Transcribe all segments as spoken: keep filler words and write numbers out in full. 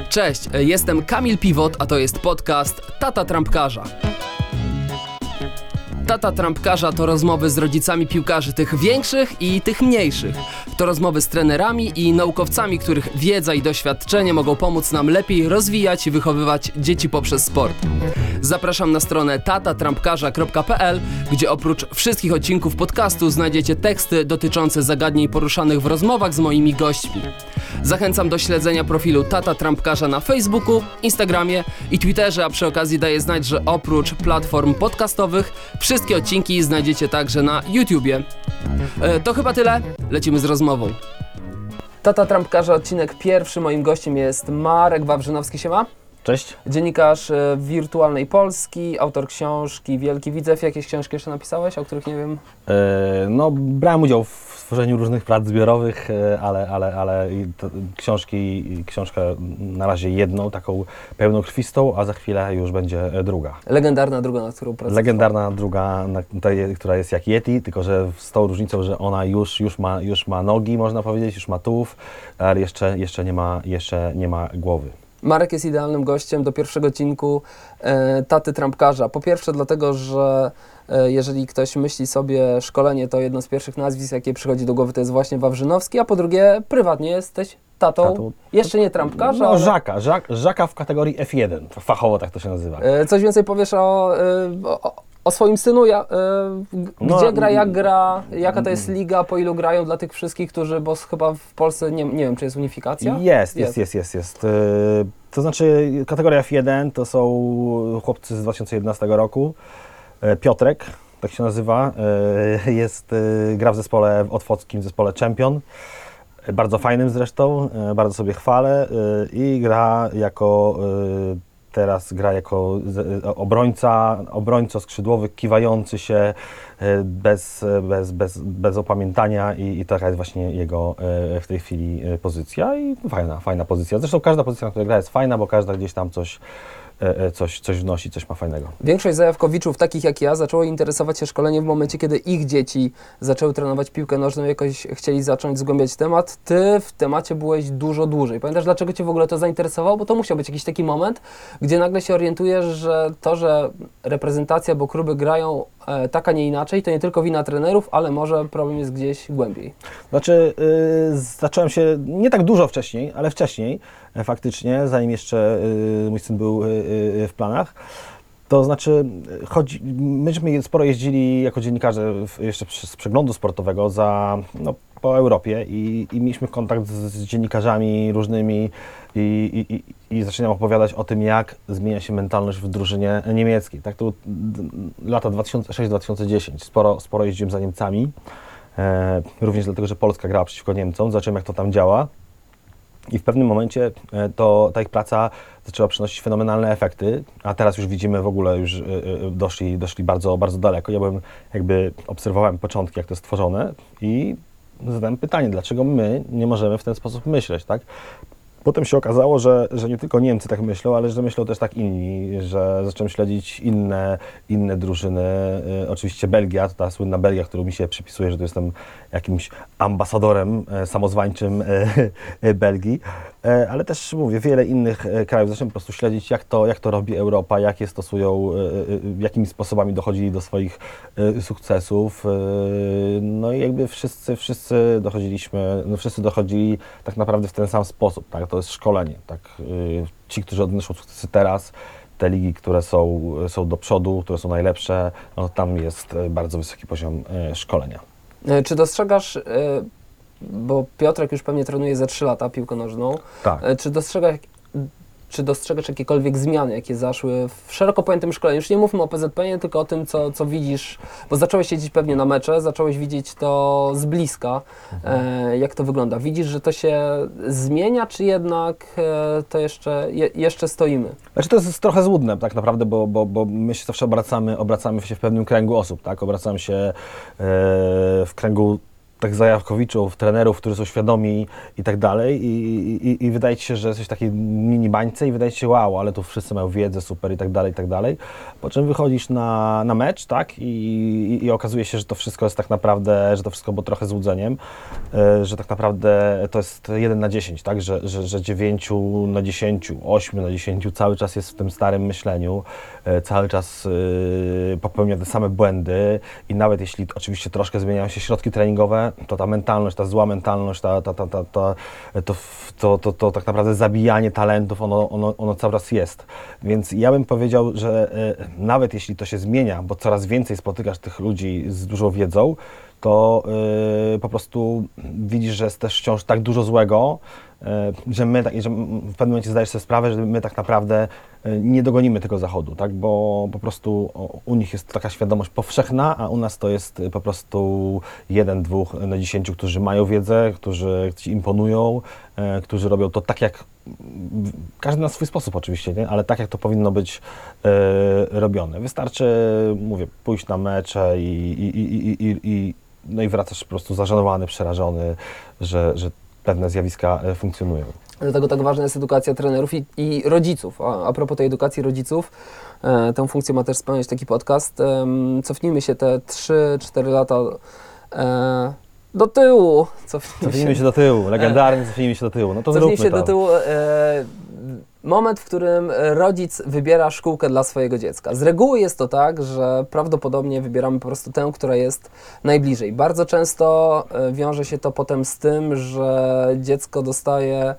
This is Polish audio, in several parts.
Cześć, jestem Kamil Piwot, a to jest podcast Tata Trampkarza. Tata Trampkarza to rozmowy z rodzicami piłkarzy, tych większych i tych mniejszych. To rozmowy z trenerami i naukowcami, których wiedza i doświadczenie mogą pomóc nam lepiej rozwijać i wychowywać dzieci poprzez sport. Zapraszam na stronę tata trampkarza kropka p l, gdzie oprócz wszystkich odcinków podcastu znajdziecie teksty dotyczące zagadnień poruszanych w rozmowach z moimi gośćmi. Zachęcam do śledzenia profilu Tata Trampkarza na Facebooku, Instagramie i Twitterze, a przy okazji daję znać, że oprócz platform podcastowych wszystkie odcinki znajdziecie także na YouTubie. E, to chyba tyle, lecimy z rozmową. Tata Trampkarza, odcinek pierwszy. Moim gościem jest Marek Wawrzynowski. Siema. Cześć. Dziennikarz e, Wirtualnej Polski, autor książki Wielki Widzew. Jakieś książki jeszcze napisałeś, o których nie wiem? E, no, brałem udział w tworzeniu różnych prac zbiorowych, e, ale, ale, ale i to, książki, książkę na razie jedną, taką pełnokrwistą, a za chwilę już będzie druga. Legendarna druga, nad którą pracujesz. Legendarna druga, na, tej, która jest jak Yeti, tylko że z tą różnicą, że ona już, już, ma, już ma nogi, można powiedzieć, już ma tułów, ale jeszcze, jeszcze, nie, ma, jeszcze nie ma głowy. Marek jest idealnym gościem do pierwszego odcinku e, Taty Trampkarza. Po pierwsze dlatego, że e, jeżeli ktoś myśli sobie szkolenie, to jedno z pierwszych nazwisk, jakie przychodzi do głowy, to jest właśnie Wawrzynowski, a po drugie prywatnie jesteś tatą, tatą. Jeszcze nie trampkarza, No, ale... żaka, żak, żaka w kategorii F jeden, fachowo tak to się nazywa. E, coś więcej powiesz o, o, o swoim synu, ja, e, gdzie no, gra, jak gra, jaka to jest liga, po ilu grają dla tych wszystkich, którzy, bo chyba w Polsce, nie, nie wiem, czy jest unifikacja? Jest, jest, jest, jest, jest. Yy, to znaczy kategoria F jeden to są chłopcy z dwa tysiące jedenastego roku. Yy, Piotrek, tak się nazywa, yy, jest, yy, gra w zespole w otwockim, w zespole Champion. Yy, bardzo fajnym zresztą, yy, bardzo sobie chwalę yy, i gra jako yy, teraz gra jako obrońca, obrońco skrzydłowy, kiwający się bez, bez, bez, bez opamiętania i, i taka jest właśnie jego w tej chwili pozycja i fajna, fajna pozycja. Zresztą każda pozycja, na której gra jest fajna, bo każda gdzieś tam coś, coś, coś wnosi, coś ma fajnego. Większość zajawkowiczów, takich jak ja, zaczęło interesować się szkoleniem w momencie, kiedy ich dzieci zaczęły trenować piłkę nożną, jakoś chcieli zacząć zgłębiać temat. Ty w temacie byłeś dużo dłużej. Pamiętasz, dlaczego Cię w ogóle to zainteresowało? Bo to musiał być jakiś taki moment, gdzie nagle się orientujesz, że to, że reprezentacja, bo kluby grają e, tak, a nie inaczej, to nie tylko wina trenerów, ale może problem jest gdzieś głębiej. Znaczy, yy, zacząłem się nie tak dużo wcześniej, ale wcześniej e, faktycznie, zanim jeszcze yy, mój syn był yy, w planach. To znaczy, chodzi, myśmy sporo jeździli jako dziennikarze w, jeszcze z przeglądu sportowego za, no, po Europie i, i mieliśmy kontakt z, z dziennikarzami różnymi i, i, i, i zaczynam opowiadać o tym, jak zmienia się mentalność w drużynie niemieckiej. Tak, to lata dwa tysiące szósty do dwa tysiące dziesiątego. Sporo, sporo jeździłem za Niemcami, e, również dlatego, że Polska grała przeciwko Niemcom, zobaczyłem, jak to tam działa. I w pewnym momencie to ta ich praca zaczęła przynosić fenomenalne efekty, a teraz już widzimy w ogóle, już doszli, doszli bardzo, bardzo daleko. Ja byłem, jakby obserwowałem początki, jak to jest tworzone i zadałem pytanie, dlaczego my nie możemy w ten sposób myśleć, tak? Potem się okazało, że, że nie tylko Niemcy tak myślą, ale że myślą też tak inni, że zacząłem śledzić inne, inne drużyny. E, oczywiście Belgia, to ta słynna Belgia, którą mi się przypisuje, że tu jestem jakimś ambasadorem e, samozwańczym e, e, Belgii, e, ale też mówię, wiele innych e, krajów. Zacząłem po prostu śledzić, jak to, jak to robi Europa, jakie stosują, e, e, jakimi sposobami dochodzili do swoich e, sukcesów. E, no i jakby wszyscy, wszyscy dochodziliśmy, no wszyscy dochodzili tak naprawdę w ten sam sposób, tak? To jest szkolenie, tak? Ci, którzy odnoszą sukcesy teraz, te ligi, które są, są do przodu, które są najlepsze, no tam jest bardzo wysoki poziom szkolenia. Czy dostrzegasz, bo Piotrek już pewnie trenuje za trzy lata piłkę nożną, tak. czy dostrzegasz, czy dostrzegasz jakiekolwiek zmiany, jakie zaszły w szeroko pojętym szkoleniu? Już nie mówmy o P Z P nie, tylko o tym, co, co widzisz, bo zacząłeś siedzieć pewnie na mecze, zacząłeś widzieć to z bliska, mhm. e, jak to wygląda. Widzisz, że to się zmienia, czy jednak e, to jeszcze, je, jeszcze stoimy? Znaczy to jest trochę złudne tak naprawdę, bo, bo, bo my się zawsze obracamy, obracamy się w pewnym kręgu osób, tak? Obracamy się e, w kręgu tak zajawkowiczów, trenerów, którzy są świadomi i tak dalej i, i, i wydaje ci się, że jesteś w takiej mini bańce i wydaje ci się, wow, ale tu wszyscy mają wiedzę, super i tak dalej, i tak dalej. Po czym wychodzisz na, na mecz, tak, i, i, i okazuje się, że to wszystko jest tak naprawdę, że to wszystko było trochę złudzeniem, y, że tak naprawdę to jest jeden na dziesięć, tak, że, że, że dziewięciu na dziesięciu, ośmiu na dziesięciu cały czas jest w tym starym myśleniu, y, cały czas y, popełnia te same błędy i nawet jeśli oczywiście troszkę zmieniają się środki treningowe, to ta mentalność, ta zła mentalność, ta, ta, ta, ta, ta, to, to, to, to tak naprawdę zabijanie talentów, ono, ono, ono cały czas jest. Więc ja bym powiedział, że y, nawet jeśli to się zmienia, bo coraz więcej spotykasz tych ludzi z dużą wiedzą, to y, po prostu widzisz, że jest też wciąż tak dużo złego, y, że my, tak, że w pewnym momencie zdajesz sobie sprawę, że my tak naprawdę y, nie dogonimy tego zachodu, tak? Bo po prostu o, u nich jest taka świadomość powszechna, a u nas to jest y, po prostu jeden, dwóch na dziesięciu, którzy mają wiedzę, którzy ci imponują, y, którzy robią to tak jak, każdy na swój sposób oczywiście, nie? Ale tak jak to powinno być y, robione. Wystarczy, mówię, pójść na mecze i, i, i, i, i, i no i wracasz po prostu zażenowany, przerażony, że, że pewne zjawiska funkcjonują. Dlatego tak ważna jest edukacja trenerów i, i rodziców. A, a propos tej edukacji rodziców, e, tę funkcję ma też spełniać taki podcast. E, cofnijmy się te trzy cztery lata e, do tyłu. Cofnijmy, Cofnijmy się do tyłu, legendarnie cofnijmy się do tyłu. No to Cofnijmy zróbmy się to. do tyłu. E, moment, w którym rodzic wybiera szkółkę dla swojego dziecka. Z reguły jest to tak, że prawdopodobnie wybieramy po prostu tę, która jest najbliżej. Bardzo często e, wiąże się to potem z tym, że dziecko dostaje,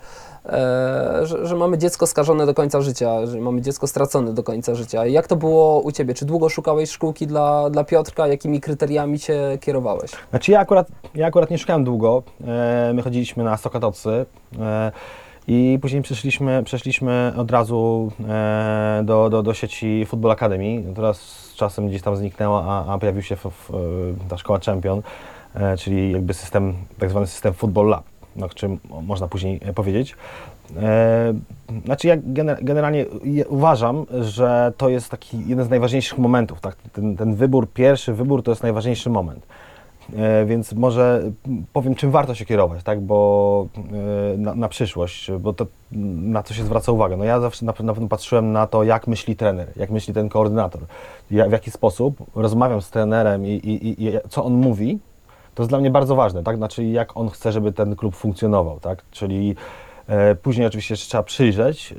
e, że, że mamy dziecko skażone do końca życia, że mamy dziecko stracone do końca życia. Jak to było u Ciebie? Czy długo szukałeś szkółki dla, dla Piotrka? Jakimi kryteriami się kierowałeś? Znaczy ja akurat, ja akurat nie szukałem długo. E, my chodziliśmy na Sokatocy. E, I później przeszliśmy, przeszliśmy od razu e, do, do, do sieci Football Academy. Teraz z czasem gdzieś tam zniknęła, a, a pojawił się w, w, ta szkoła Champion, e, czyli jakby system, tak zwany system Football Lab, o czym można później powiedzieć. E, znaczy ja gener, generalnie uważam, że to jest taki jeden z najważniejszych momentów. Tak? Ten, ten wybór, pierwszy wybór to jest najważniejszy moment. E, więc może powiem, czym warto się kierować, tak, bo e, na, na przyszłość, bo to na co się zwraca uwagę. No ja zawsze na, na pewno patrzyłem na to, jak myśli trener, jak myśli ten koordynator, ja, w jaki sposób rozmawiam z trenerem i, i, i co on mówi, to jest dla mnie bardzo ważne, tak, znaczy jak on chce, żeby ten klub funkcjonował, tak, czyli e, później oczywiście jeszcze trzeba przyjrzeć,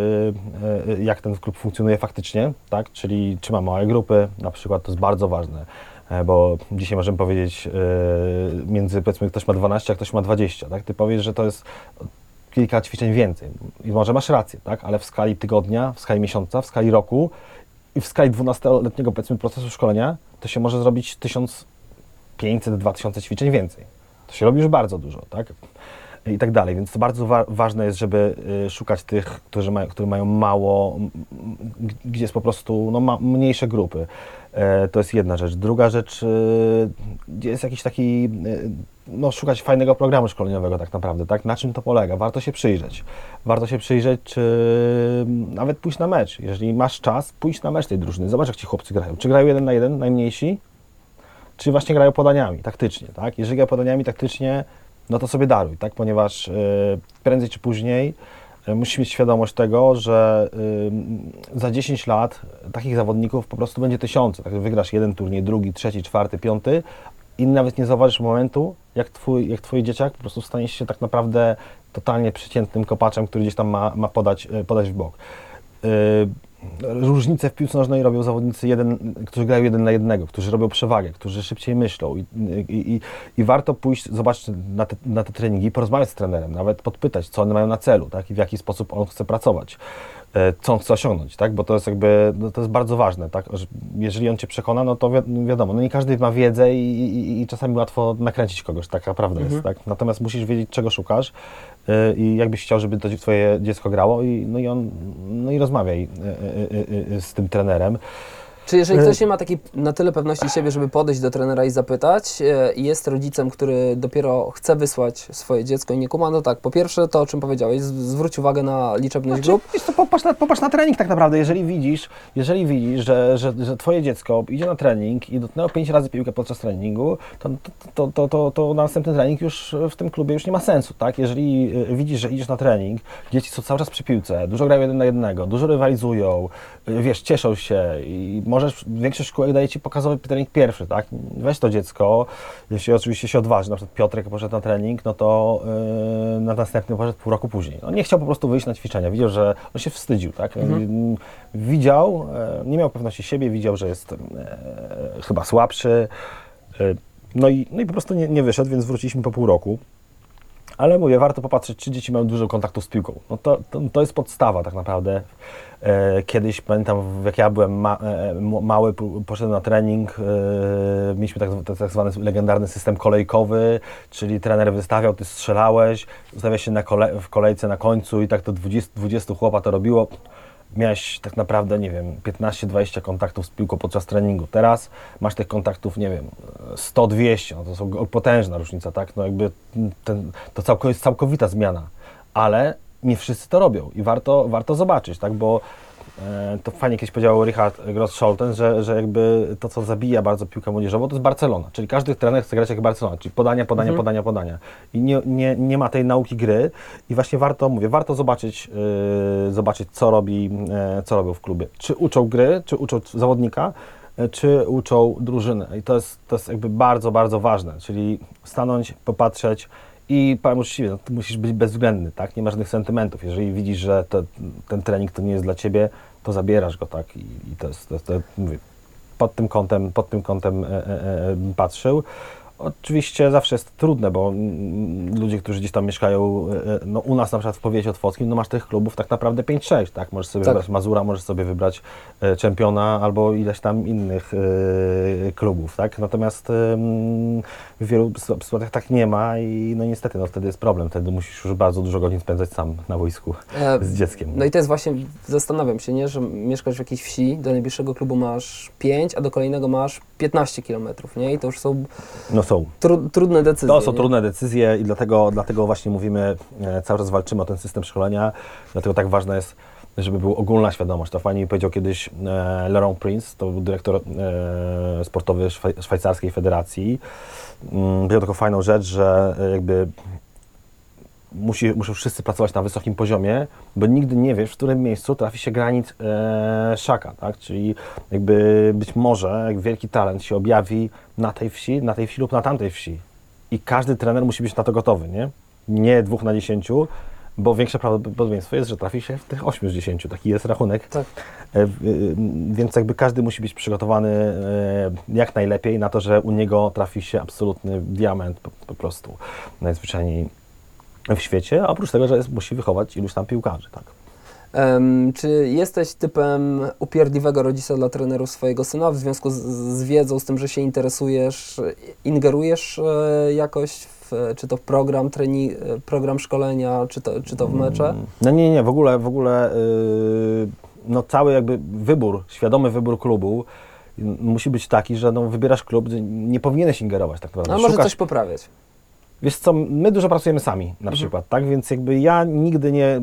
e, e, jak ten klub funkcjonuje faktycznie, tak, czyli czy ma małe grupy, na przykład, to jest bardzo ważne. Bo dzisiaj możemy powiedzieć, yy, między, powiedzmy, ktoś ma dwanaście, a ktoś ma dwadzieścia, tak? Ty powiesz, że to jest kilka ćwiczeń więcej i może masz rację, tak? Ale w skali tygodnia, w skali miesiąca, w skali roku i w skali dwunastoletniego, powiedzmy, procesu szkolenia, to się może zrobić tysiąc pięćset, dwa tysiące ćwiczeń więcej. To się robi już bardzo dużo, tak? I tak dalej, więc to bardzo wa ważne jest, żeby y, szukać tych, którzy mają, którzy mają mało, m, gdzie jest po prostu no, ma, mniejsze grupy. E, to jest jedna rzecz. Druga rzecz, y, gdzie jest jakiś taki, y, no szukać fajnego programu szkoleniowego tak naprawdę, tak? Na czym to polega? Warto się przyjrzeć. Warto się przyjrzeć, czy nawet pójść na mecz. Jeżeli masz czas, pójść na mecz tej drużyny. Zobacz, jak ci chłopcy grają. Czy grają jeden na jeden, najmniejsi? Czy właśnie grają podaniami, taktycznie, tak? Jeżeli grają podaniami taktycznie, no to sobie daruj, tak? Ponieważ y, prędzej czy później y, musisz mieć świadomość tego, że y, za dziesięć lat takich zawodników po prostu będzie tysiące. Tak? Wygrasz jeden turniej, drugi, trzeci, czwarty, piąty i nawet nie zauważysz momentu, jak twój, jak twój dzieciak po prostu stanie się tak naprawdę totalnie przeciętnym kopaczem, który gdzieś tam ma, ma podać, podać w bok. Y, Różnice w piłce nożnej robią zawodnicy, jeden, którzy grają jeden na jednego, którzy robią przewagę, którzy szybciej myślą i, i, i, i warto pójść, zobaczyć na te, na te treningi, porozmawiać z trenerem, nawet podpytać, co one mają na celu, tak, i w jaki sposób on chce pracować, co on chce osiągnąć, tak, bo to jest jakby, no to jest bardzo ważne, tak, że jeżeli on cię przekona, no to wi wiadomo, no nie każdy ma wiedzę i, i, i czasami łatwo nakręcić kogoś, taka prawda mhm. jest, tak, natomiast musisz wiedzieć, czego szukasz yy, i jakbyś chciał, żeby to twoje dziecko grało i, no i on, no i rozmawiaj yy, yy, yy, z tym trenerem. Czy jeżeli ktoś nie ma takiej na tyle pewności siebie, żeby podejść do trenera i zapytać e, i jest rodzicem, który dopiero chce wysłać swoje dziecko i nie kuma, no tak, po pierwsze to, o czym powiedziałeś, z- zwróć uwagę na liczebność Znaczy, grup. wiesz co, popatrz, na, popatrz na trening tak naprawdę, jeżeli widzisz, jeżeli widzisz, że, że, że twoje dziecko idzie na trening i dotknęło pięć razy piłkę podczas treningu, to, to, to, to, to na następny trening już w tym klubie już nie ma sensu, tak? Jeżeli y, widzisz, że idziesz na trening, dzieci są cały czas przy piłce, dużo grają jeden na jednego, dużo rywalizują, y, wiesz, cieszą się i możesz, większość szkółek daje ci pokazowy trening pierwszy, tak? Weź to dziecko, jeśli oczywiście się odważy, na przykład Piotrek poszedł na trening, no to yy, na następny poszedł pół roku później. On nie chciał po prostu wyjść na ćwiczenia, widział, że on się wstydził, tak? Mhm. Widział, e, nie miał pewności siebie, widział, że jest e, chyba słabszy, e, no, i, no i po prostu nie, nie wyszedł, więc wróciliśmy po pół roku. Ale mówię, warto popatrzeć, czy dzieci mają dużo kontaktu z piłką. No to, to, to jest podstawa tak naprawdę. E, kiedyś pamiętam, jak ja byłem ma, e, mały, poszedłem na trening, e, mieliśmy tak, tak, tak zwany legendarny system kolejkowy, czyli trener wystawiał, ty strzelałeś, ustawiałeś się na kole, w kolejce na końcu i tak to dwudziestu, dwudziestu chłopa to robiło. Miałeś tak naprawdę, nie wiem, piętnaście dwadzieścia kontaktów z piłką podczas treningu. Teraz masz tych kontaktów, nie wiem, sto dwieście, no to są potężna różnica, tak? No jakby ten, to całko, jest całkowita zmiana, ale nie wszyscy to robią i warto, warto zobaczyć, tak? Bo e, to fajnie kiedyś powiedział Richard Gross-Scholten, że, że jakby to, co zabija bardzo piłkę młodzieżową, to jest Barcelona, czyli każdy trener chce grać jak Barcelona, czyli podania, podania, mhm. podania, podania i nie, nie, nie ma tej nauki gry i właśnie warto, mówię, warto zobaczyć, yy, zobaczyć co robi, yy, co robią w klubie, czy uczą gry, czy uczą zawodnika, yy, czy uczą drużynę i to jest, to jest jakby bardzo, bardzo ważne, czyli stanąć, popatrzeć. I powiem uczciwie, no, ty musisz być bezwzględny, tak? Nie ma żadnych sentymentów. Jeżeli widzisz, że to, ten trening to nie jest dla ciebie, to zabierasz go, tak? I, i to jest, to, to, mówię, pod tym kątem, pod tym kątem e, e, e, patrzył. Oczywiście zawsze jest trudne, bo mm, ludzie, którzy gdzieś tam mieszkają, e, no u nas na przykład w powiecie otwockim, no masz tych klubów tak naprawdę pięć sześć, tak? Możesz sobie tak. wybrać Mazura, możesz sobie wybrać e, Czempiona albo ileś tam innych e, klubów, tak? Natomiast e, w wielu sytuacjach tak nie ma i no niestety, no wtedy jest problem, wtedy musisz już bardzo dużo godzin spędzać sam na wojsku e, z dzieckiem. No i to jest właśnie, zastanawiam się, nie, że mieszkasz w jakiejś wsi, do najbliższego klubu masz pięć, a do kolejnego masz piętnaście kilometrów, nie? I to już są... No są. Tru, trudne decyzje. To są nie? trudne decyzje i dlatego, dlatego właśnie mówimy, e, cały czas walczymy o ten system szkolenia, dlatego tak ważne jest, żeby była ogólna świadomość. To fajnie mi powiedział kiedyś e, Laurent Prince, to był dyrektor e, sportowy szwaj, szwajcarskiej federacji. Mm, powiedział taką fajną rzecz, że e, jakby musi, muszą wszyscy pracować na wysokim poziomie, bo nigdy nie wiesz, w którym miejscu trafi się granic e, szaka, tak? Czyli jakby być może jak wielki talent się objawi na tej wsi, na tej wsi lub na tamtej wsi. I każdy trener musi być na to gotowy, nie? Nie dwóch na dziesięciu, bo większe prawdopodobieństwo jest, że trafi się w tych ośmiu z dziesięciu. Taki jest rachunek. Tak. E, więc jakby każdy musi być przygotowany e, jak najlepiej na to, że u niego trafi się absolutny diament po, po prostu najzwyczajniej w świecie, a oprócz tego, że jest, musi wychować iluś tam piłkarzy, tak. Um, czy jesteś typem upierdliwego rodzica dla trenerów swojego syna w związku z, z wiedzą, z tym, że się interesujesz, ingerujesz e, jakoś, w, czy to w program trening, program szkolenia, czy to, czy to w mecze? No nie, nie, w ogóle, w ogóle yy, no cały jakby wybór, świadomy wybór klubu musi być taki, że no, wybierasz klub, gdzie nie powinieneś ingerować tak naprawdę. A może Szukasz, coś poprawiać? Wiesz co, my dużo pracujemy sami na Mhm. przykład, tak? Więc jakby ja nigdy nie,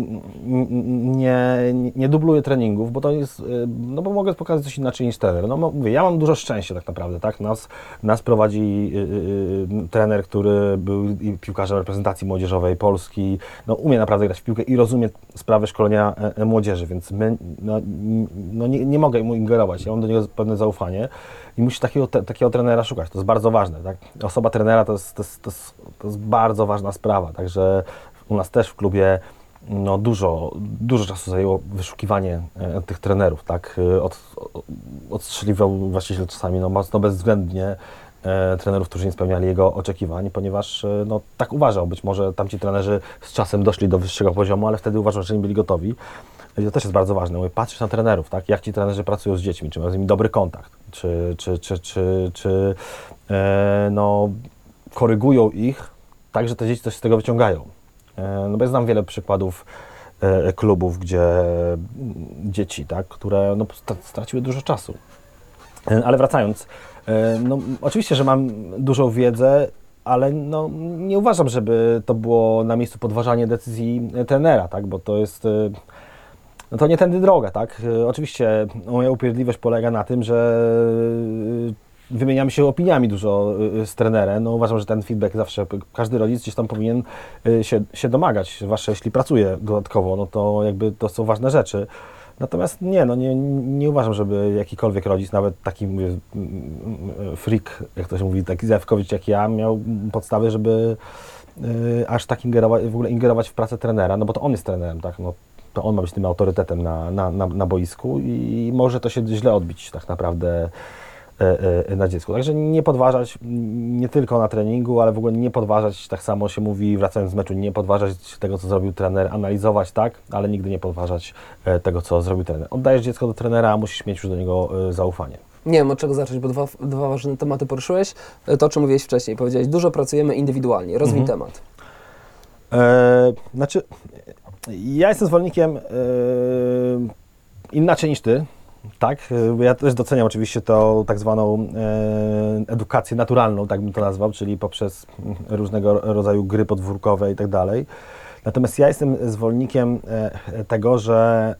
nie, nie dubluję treningów, bo to jest, no bo mogę pokazać coś inaczej niż trener. No mówię, ja mam dużo szczęścia tak naprawdę, tak? Nas, nas prowadzi yy, yy, trener, który był piłkarzem reprezentacji młodzieżowej Polski, no umie naprawdę grać w piłkę i rozumie sprawy szkolenia e, młodzieży, więc my, no, no nie, nie mogę mu ingerować, ja mam do niego pewne zaufanie i musisz takiego, te, takiego trenera szukać, to jest bardzo ważne, tak? Osoba trenera to jest, to jest, to jest To jest bardzo ważna sprawa, także u nas też w klubie no, dużo, dużo czasu zajęło wyszukiwanie e, tych trenerów, tak? Od, odstrzeliwał właściciel czasami no, mocno bezwzględnie e, trenerów, którzy nie spełniali jego oczekiwań, ponieważ e, no, tak uważał, być może tamci trenerzy z czasem doszli do wyższego poziomu, ale wtedy uważał, że nie byli gotowi. I to też jest bardzo ważne, mówię, patrzysz na trenerów, tak? Jak ci trenerzy pracują z dziećmi, czy mają z nimi dobry kontakt, czy, czy, czy, czy, czy e, no, korygują ich tak, że te dzieci coś z tego wyciągają. No bo ja znam wiele przykładów e, klubów, gdzie mm, dzieci, tak, które no, st- straciły dużo czasu. E, Ale wracając, e, no, oczywiście, że mam dużą wiedzę, ale no, nie uważam, żeby to było na miejscu podważanie decyzji e, trenera, tak, bo to jest... e, No to nie tędy droga, tak? E, Oczywiście moja upierdliwość polega na tym, że e, wymieniamy się opiniami dużo e, z trenerem. No uważam, że ten feedback zawsze, każdy rodzic gdzieś tam powinien e, się, się domagać, zwłaszcza jeśli pracuje dodatkowo, no to jakby to są ważne rzeczy. Natomiast nie, no nie, nie uważam, żeby jakikolwiek rodzic, nawet taki mówię, mm, mm, freak, jak to się mówi, taki zewkowicz jak ja, miał podstawy, żeby e, aż tak ingerować, w ogóle ingerować w pracę trenera, no bo to on jest trenerem, tak? No, to on ma być tym autorytetem na, na, na, na boisku i może to się źle odbić tak naprawdę e, e, na dziecku. Także nie podważać nie tylko na treningu, ale w ogóle nie podważać, tak samo się mówi, wracając z meczu, nie podważać tego, co zrobił trener, analizować, tak, ale nigdy nie podważać e, tego, co zrobił trener. Oddajesz dziecko do trenera, musisz mieć już do niego e, zaufanie. Nie wiem od czego zacząć, bo dwa, dwa ważne tematy poruszyłeś. To, o czym mówiłeś wcześniej. Powiedziałeś, dużo pracujemy indywidualnie. Rozwij Mhm. temat. E, znaczy, ja jestem zwolennikiem e, inaczej niż ty, tak? E, bo ja też doceniam oczywiście tą tak zwaną e, edukację naturalną, tak bym to nazwał, czyli poprzez różnego rodzaju gry podwórkowe i tak dalej. Natomiast ja jestem zwolennikiem e, tego, że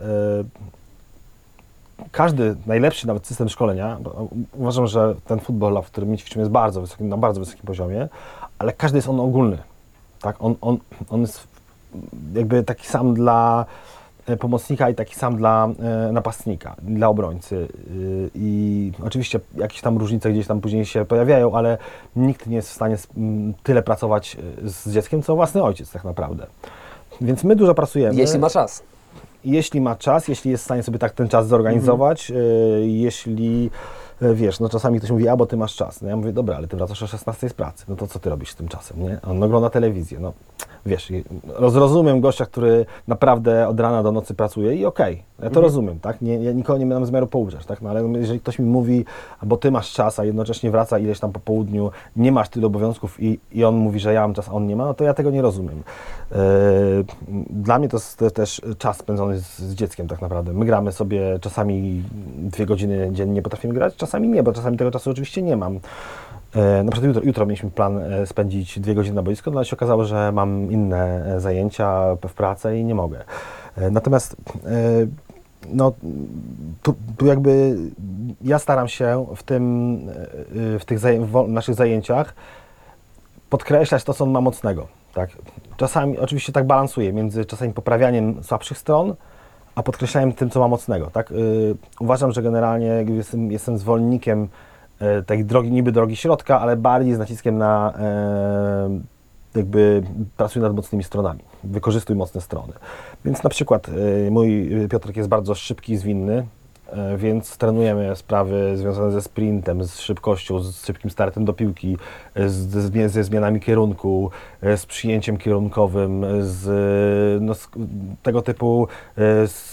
e, każdy najlepszy nawet system szkolenia, bo uważam, że ten futbol, w którym my ćwiczymy, jest bardzo wysoki, na bardzo wysokim poziomie, ale każdy jest on ogólny. Tak, on, on, on jest jakby taki sam dla e, pomocnika i taki sam dla e, napastnika, dla obrońcy. Y, I oczywiście jakieś tam różnice gdzieś tam później się pojawiają, ale nikt nie jest w stanie s- m, tyle pracować e, z dzieckiem, co własny ojciec tak naprawdę. Więc my dużo pracujemy. Jeśli ma czas. Jeśli ma czas, jeśli jest w stanie sobie tak ten czas zorganizować, y, jeśli y, wiesz, no czasami ktoś mówi, a bo ty masz czas. No ja mówię, dobra, ale ty wracasz o szesnastej z pracy, no to co ty robisz z tym czasem, nie? On ogląda telewizję, no wiesz, i roz, rozumiem gościa, który naprawdę od rana do nocy pracuje i okej, ja to Mhm. rozumiem, tak? Nie, ja nikogo nie mam zamiaru pouczać, tak? No ale jeżeli ktoś mi mówi, bo ty masz czas, a jednocześnie wraca ileś tam po południu, nie masz tylu obowiązków i, i on mówi, że ja mam czas, a on nie ma, no to ja tego nie rozumiem. Yy, Dla mnie to jest też czas spędzony z, z dzieckiem tak naprawdę. My gramy sobie czasami dwie godziny dziennie potrafimy grać, czasami nie, bo czasami tego czasu oczywiście nie mam. E, Na przykład jutro, jutro mieliśmy plan e, spędzić dwie godziny na boisku, no ale się okazało, że mam inne e, zajęcia w pracy i nie mogę. E, Natomiast e, no, tu, tu jakby ja staram się w tym, e, w tych zaję- w wol- naszych zajęciach podkreślać to, co on ma mocnego. Tak? Czasami oczywiście tak balansuję między czasami poprawianiem słabszych stron, a podkreślaniem tym, co ma mocnego. Tak? Yy, uważam, że generalnie jakby jestem, jestem zwolennikiem yy, tej drogi, niby drogi środka, ale bardziej z naciskiem na yy, jakby pracuj nad mocnymi stronami. Wykorzystuj mocne strony. Więc na przykład yy, mój Piotrek jest bardzo szybki i zwinny, yy, więc trenujemy sprawy związane ze sprintem, z szybkością, z szybkim startem do piłki, yy, z, z, ze zmianami kierunku, yy, z przyjęciem kierunkowym, z, no, z tego typu yy,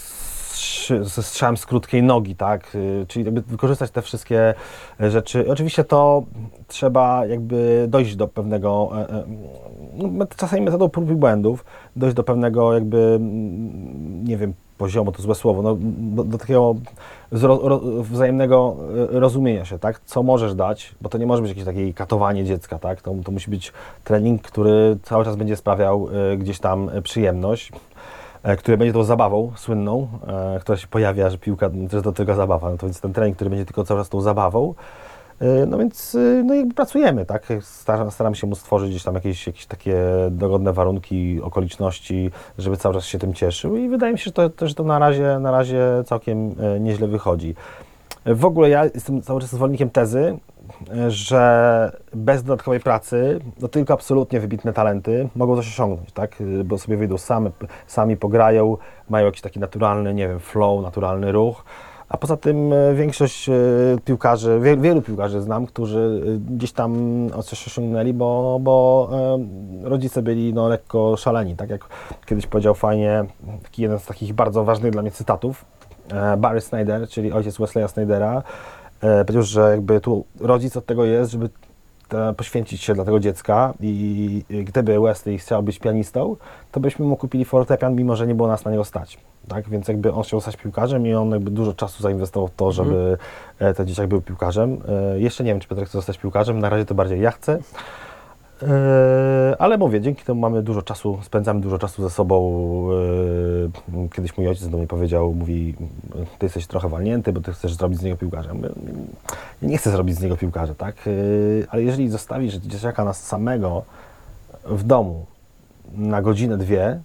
z, ze strzałem z krótkiej nogi, tak, yy, czyli jakby wykorzystać te wszystkie rzeczy. Oczywiście to trzeba jakby dojść do pewnego, yy, yy, czasami metodą prób i błędów, dojść do pewnego jakby, mm, nie wiem, poziomu, to złe słowo, no, do, do takiego zro, ro, wzajemnego e, rozumienia się, tak, co możesz dać, bo to nie może być jakieś takie katowanie dziecka, tak, to, to musi być trening, który cały czas będzie sprawiał e, gdzieś tam e, przyjemność, e, który będzie tą zabawą słynną, e, która się pojawia, że piłka to jest tylko zabawa, no to więc ten trening, który będzie tylko cały czas tą zabawą. No więc no jakby pracujemy, tak? Staram, staram się mu stworzyć gdzieś tam jakieś, jakieś takie dogodne warunki, okoliczności, żeby cały czas się tym cieszył i wydaje mi się, że to, że to na razie, na razie całkiem nieźle wychodzi. W ogóle ja jestem cały czas zwolennikiem tezy, że bez dodatkowej pracy, no tylko absolutnie wybitne talenty mogą coś osiągnąć, tak? Bo sobie wyjdą same, sami pograją, mają jakiś taki naturalny, nie wiem, flow, naturalny ruch. A poza tym większość piłkarzy, wielu piłkarzy znam, którzy gdzieś tam coś osiągnęli, bo, bo rodzice byli no, lekko szaleni. Tak jak kiedyś powiedział fajnie, taki jeden z takich bardzo ważnych dla mnie cytatów, Barry Snyder, czyli ojciec Wesleya Snydera, powiedział, że jakby tu rodzic od tego jest, żeby te, poświęcić się dla tego dziecka i, i gdyby Wesley chciał być pianistą, to byśmy mu kupili fortepian, mimo że nie było nas na niego stać. Tak? Więc jakby on chciał zostać piłkarzem i on jakby dużo czasu zainwestował w to, żeby mhm. ten dzieciak był piłkarzem. E, jeszcze nie wiem, czy Piotr chce zostać piłkarzem, na razie to bardziej ja chcę. Yy, ale mówię, dzięki temu mamy dużo czasu, spędzamy dużo czasu ze sobą. Yy, kiedyś mój ojciec do mnie powiedział, mówi, ty jesteś trochę walnięty, bo ty chcesz zrobić z niego piłkarza. Ja nie chcę zrobić z niego piłkarza, tak? Yy, ale jeżeli zostawisz dzieciaka nas samego w domu na godzinę, dwie,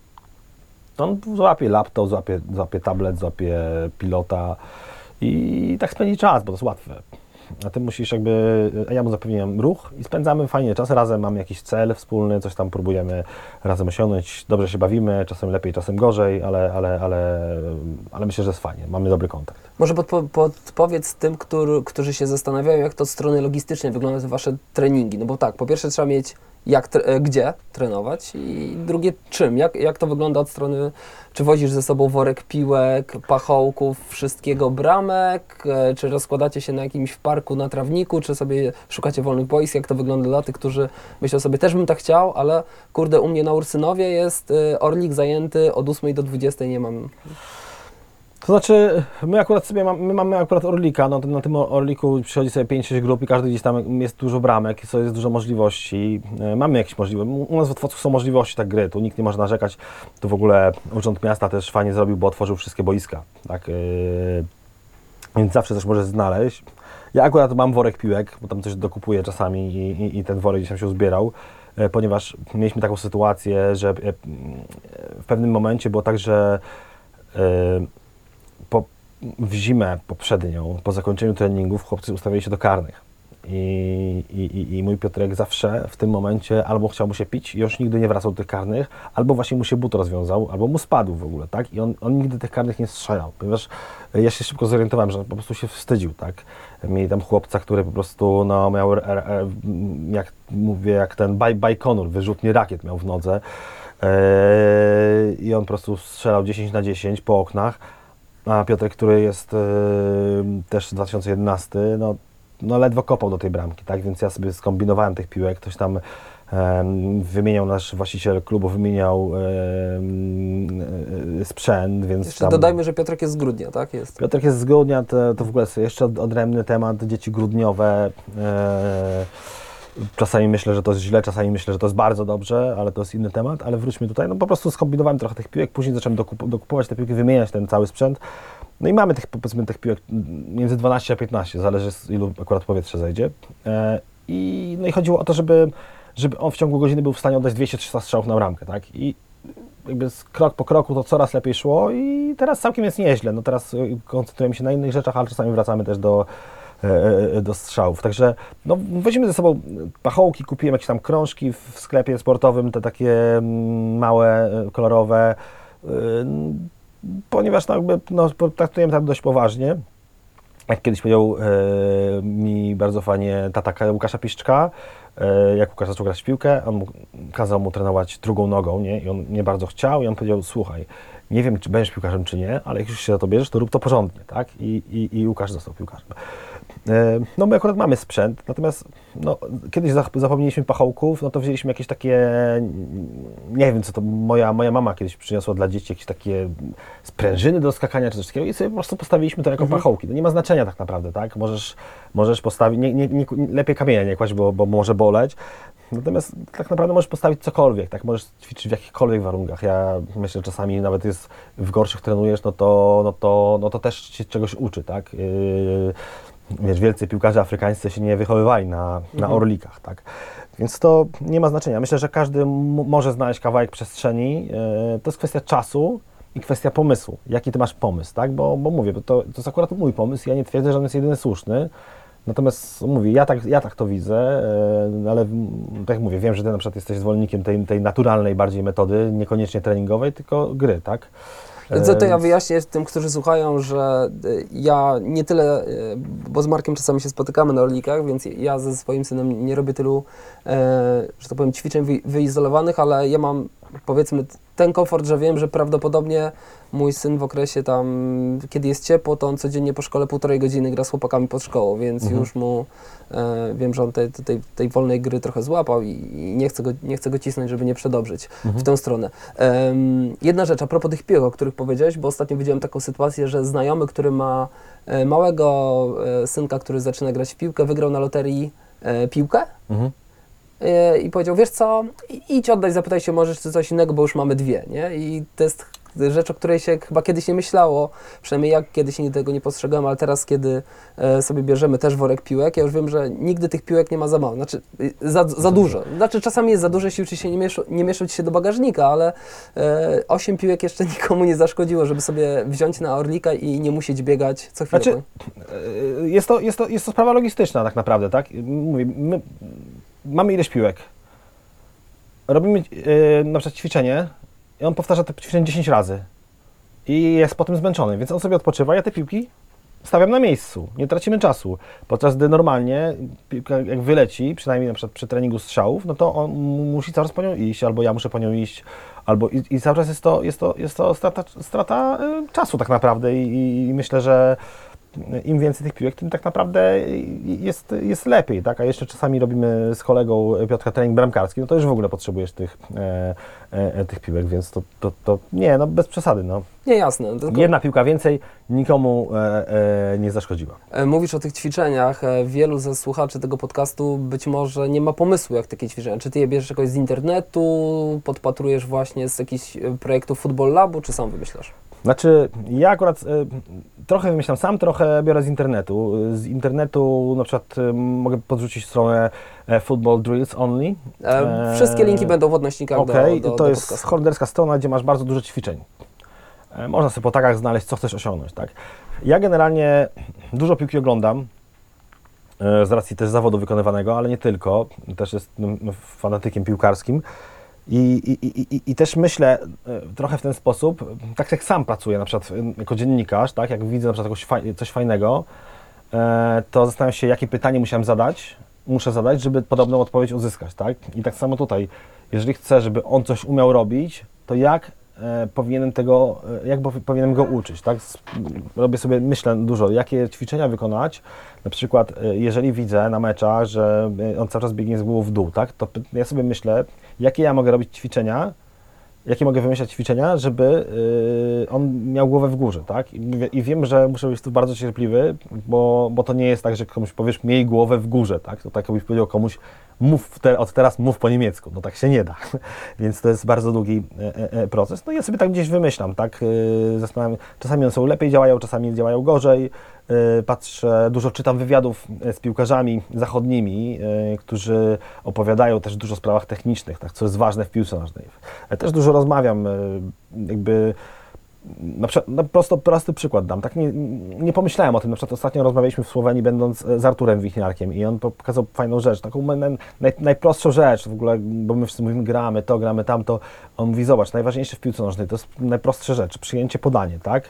to on złapie laptop, złapie, złapie tablet, złapie pilota i tak spędzi czas, bo to jest łatwe. A ty musisz jakby, a ja mu zapewniam ruch i spędzamy fajnie czas razem, mamy jakiś cel wspólny, coś tam próbujemy razem osiągnąć, dobrze się bawimy, czasem lepiej, czasem gorzej, ale, ale, ale, ale myślę, że jest fajnie, mamy dobry kontakt. Może podpo- podpowiedz tym, który, którzy się zastanawiają, jak to od strony logistycznej wyglądają wasze treningi, no bo tak, po pierwsze trzeba mieć jak, tre- gdzie trenować i drugie czym, jak, jak to wygląda od strony, czy wozisz ze sobą worek piłek, pachołków, wszystkiego, bramek, e, czy rozkładacie się na jakimś parku, na trawniku, czy sobie szukacie wolnych boisk, jak to wygląda dla tych, którzy myślą sobie, też bym tak chciał, ale kurde, u mnie na Ursynowie jest e, Orlik zajęty od ósmej do dwudziestej, nie mam... To znaczy, my akurat sobie mamy, my mamy akurat Orlika, no, na tym Orliku przychodzi sobie pięć sześć grup i każdy gdzieś tam jest dużo bramek, jest dużo możliwości. Mamy jakieś możliwości, u nas w Otwocku są możliwości tak gry, tu nikt nie może narzekać. Tu w ogóle Urząd Miasta też fajnie zrobił, bo otworzył wszystkie boiska, tak? Yy, więc zawsze coś możesz znaleźć. Ja akurat mam worek piłek, bo tam coś dokupuję czasami i, i, i ten worek gdzieś tam się uzbierał, yy, ponieważ mieliśmy taką sytuację, że yy, w pewnym momencie było tak, że yy, Po, w zimę poprzednią, po zakończeniu treningów, chłopcy ustawiali się do karnych. I, i, I mój Piotrek zawsze w tym momencie albo chciał mu się pić i już nigdy nie wracał do tych karnych, albo właśnie mu się but rozwiązał, albo mu spadł w ogóle, tak? I on, on nigdy tych karnych nie strzelał, ponieważ ja się szybko zorientowałem, że po prostu się wstydził, tak? Mieli tam chłopca, który po prostu no, miał, jak mówię, jak ten baj, Bajkonur, wyrzutnie rakiet miał w nodze i on po prostu strzelał dziesięć na dziesięć po oknach. A Piotrek, który jest y, też z dwa tysiące jedenastego, no, no ledwo kopał do tej bramki, tak? Więc ja sobie skombinowałem tych piłek, ktoś tam y, wymieniał, nasz właściciel klubu wymieniał y, y, sprzęt, więc Jeszcze tam... dodajmy, że Piotrek jest z Grudnia, tak? Jest. Piotrek jest z Grudnia, to, to w ogóle jest jeszcze odrębny temat, dzieci grudniowe. Y, Czasami myślę, że to jest źle, czasami myślę, że to jest bardzo dobrze, ale to jest inny temat, ale wróćmy tutaj, no po prostu skombinowałem trochę tych piłek, później zacząłem dokup- dokupować te piłki, wymieniać ten cały sprzęt, no i mamy tych, powiedzmy, tych piłek między dwanaście a piętnaście, zależy z ilu akurat powietrze zejdzie. E, i, no i chodziło o to, żeby, żeby on w ciągu godziny był w stanie oddać dwieście trzysta strzałów na bramkę, tak? I jakby z krok po kroku to coraz lepiej szło i teraz całkiem jest nieźle, no teraz koncentrujemy się na innych rzeczach, ale czasami wracamy też do do strzałów. Także no, weźmy ze sobą pachołki, kupiłem jakieś tam krążki w sklepie sportowym, te takie małe, kolorowe, ponieważ no, jakby, no, traktujemy tam dość poważnie. Jak kiedyś powiedział e, mi bardzo fajnie tata Łukasza Piszczka, e, jak Łukasz zaczął grać w piłkę, on mu, kazał mu trenować drugą nogą, nie? I on nie bardzo chciał i on powiedział, słuchaj, nie wiem, czy będziesz piłkarzem, czy nie, ale jak już się za to bierzesz, to rób to porządnie, tak? I, i, i Łukasz został piłkarzem. E, no my akurat mamy sprzęt, natomiast no, kiedyś zapomnieliśmy pachołków, no to wzięliśmy jakieś takie, nie wiem co to, moja, moja mama kiedyś przyniosła dla dzieci jakieś takie sprężyny do skakania czy coś takiego i sobie po prostu postawiliśmy to jako mhm. pachołki. To nie ma znaczenia tak naprawdę, tak? Możesz, możesz postawić, nie, nie, nie, lepiej kamienia nie kłaść, bo, bo może boleć. Natomiast tak naprawdę możesz postawić cokolwiek, tak? Możesz ćwiczyć w jakichkolwiek warunkach. Ja myślę, że czasami nawet jest w gorszych trenujesz, no to, no to, no to też cię czegoś uczy, tak? Yy, wiesz, wielcy piłkarze afrykańscy się nie wychowywali na, na mhm. orlikach, tak? Więc to nie ma znaczenia. Myślę, że każdy m- może znaleźć kawałek przestrzeni. Yy, to jest kwestia czasu i kwestia pomysłu. Jaki ty masz pomysł, tak? Bo, bo mówię, bo to, to jest akurat mój pomysł. Ja nie twierdzę, że on jest jedyny słuszny. Natomiast mówię, ja tak, ja tak to widzę, ale tak jak mówię, wiem, że ty na przykład jesteś zwolennikiem tej, tej naturalnej bardziej metody, niekoniecznie treningowej, tylko gry, tak? Co to ja wyjaśnię tym, którzy słuchają, że ja nie tyle, bo z Markiem czasami się spotykamy na orlikach, więc ja ze swoim synem nie robię tylu, że tak powiem, ćwiczeń wyizolowanych, ale ja mam, powiedzmy, ten komfort, że wiem, że prawdopodobnie mój syn w okresie tam, kiedy jest ciepło, to on codziennie po szkole półtorej godziny gra z chłopakami pod szkołą, więc Mhm. już mu e, wiem, że on tej, tej, tej wolnej gry trochę złapał i, i nie, chcę go, nie chcę go cisnąć, żeby nie przedobrzyć Mhm. w tę stronę. Em, jedna rzecz, a propos tych piłek, o których powiedziałeś, bo ostatnio widziałem taką sytuację, że znajomy, który ma e, małego e, synka, który zaczyna grać w piłkę, wygrał na loterii e, piłkę. Mhm. E, I powiedział, wiesz co, i- idź oddaj, zapytaj się możesz czy coś innego, bo już mamy dwie, nie? I to jest rzecz, o której się chyba kiedyś nie myślało, przynajmniej ja kiedyś nigdy tego nie postrzegałem, ale teraz, kiedy e, sobie bierzemy też worek piłek, ja już wiem, że nigdy tych piłek nie ma za mało, znaczy y, za, za dużo. Znaczy czasami jest za dużo, jeśli uczy się nie, mieszu, nie mieszać się do bagażnika, ale e, osiem piłek jeszcze nikomu nie zaszkodziło, żeby sobie wziąć na Orlika i nie musieć biegać co chwilę. Znaczy, y, jest to, jest to, jest to sprawa logistyczna tak naprawdę, tak? Mówię, my mamy ileś piłek, robimy yy, na przykład ćwiczenie i on powtarza to ćwiczenie dziesięć razy i jest potem zmęczony, więc on sobie odpoczywa, ja te piłki stawiam na miejscu, nie tracimy czasu. Podczas gdy normalnie piłka jak wyleci, przynajmniej na przykład przy treningu strzałów, no to on mu- musi cały czas po nią iść, albo ja muszę po nią iść, albo i, i cały czas jest to, jest to, jest to strata, strata y, czasu tak naprawdę i, i, i myślę, że im więcej tych piłek, tym tak naprawdę jest, jest lepiej, tak? A jeszcze czasami robimy z kolegą Piotrka trening bramkarski, no to już w ogóle potrzebujesz tych, e, e, tych piłek, więc to, to, to nie, no bez przesady, no. Nie, jasne. Tylko Jedna piłka więcej nikomu e, e, nie zaszkodziła. E, Mówisz o tych ćwiczeniach. E, Wielu ze słuchaczy tego podcastu być może nie ma pomysłu, jak takie ćwiczenia. Czy ty je bierzesz jakoś z internetu, podpatrujesz właśnie z jakichś e, projektów Football Labu, czy sam wymyślasz? Znaczy, ja akurat e, trochę wymyślam sam, trochę biorę z internetu. Z internetu na przykład e, mogę podrzucić stronę e, Football Drills Only. E, Wszystkie linki będą w odnośnikach Okej, do, do, to do jest podcastu. holenderska strona, gdzie masz bardzo dużo ćwiczeń. E, Można sobie po tagach znaleźć, co chcesz osiągnąć, tak? Ja generalnie dużo piłki oglądam, e, z racji też zawodu wykonywanego, ale nie tylko. Też jestem fanatykiem piłkarskim. I, i, i, i, I też myślę e, trochę w ten sposób, tak jak sam pracuję na przykład e, jako dziennikarz, tak? Jak widzę na przykład coś, faj, coś fajnego, e, to zastanawiam się, jakie pytanie musiałem zadać, muszę zadać, żeby podobną odpowiedź uzyskać, tak? I tak samo tutaj, jeżeli chcę, żeby on coś umiał robić, to jak e, powinienem tego, e, jak bo- powinienem go uczyć, tak? S- Robię sobie, myślę dużo, jakie ćwiczenia wykonać, na przykład e, jeżeli widzę na meczach, że e, on cały czas biegnie z głową w dół, tak? To py- ja sobie myślę, jakie ja mogę robić ćwiczenia, jakie mogę wymyślać ćwiczenia, żeby y, on miał głowę w górze, tak? I, mówię- I wiem, że muszę być tu bardzo cierpliwy, bo, bo to nie jest tak, że komuś powiesz, miej głowę w górze, tak? To tak jakbyś powiedział komuś, mów te, od teraz mów po niemiecku, no tak się nie da. Więc to jest bardzo długi e, e, proces. No i ja sobie tak gdzieś wymyślam, tak? Y, zastanawiam, czasami one są lepiej działają, czasami działają gorzej. Y, patrzę, dużo czytam wywiadów z piłkarzami zachodnimi, y, którzy opowiadają też dużo o sprawach technicznych, tak, co jest ważne w piłce nożnej. Ja też dużo rozmawiam, y, jakby na przykład, no prosto, prosty przykład dam, tak nie, nie pomyślałem o tym, na przykład ostatnio rozmawialiśmy w Słowenii będąc z Arturem Wichniarkiem i on pokazał fajną rzecz, taką naj, naj, najprostszą rzecz w ogóle, bo my wszyscy mówimy gramy to, gramy tamto, on mówi zobacz, najważniejsze w piłce nożnej to jest najprostsze rzeczy, przyjęcie, podanie, tak?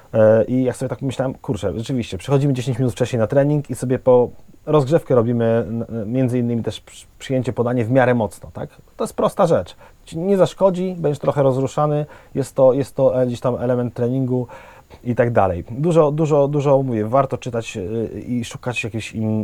I jak sobie tak myślałem, kurczę, rzeczywiście, przychodzimy dziesięć minut wcześniej na trening i sobie po rozgrzewkę robimy między innymi też przyjęcie, podanie w miarę mocno, tak? To jest prosta rzecz. Ci nie zaszkodzi, będziesz trochę rozruszany, jest to, jest to gdzieś tam element treningu i tak dalej. Dużo, dużo, dużo mówię, warto czytać y, i szukać jakiejś in,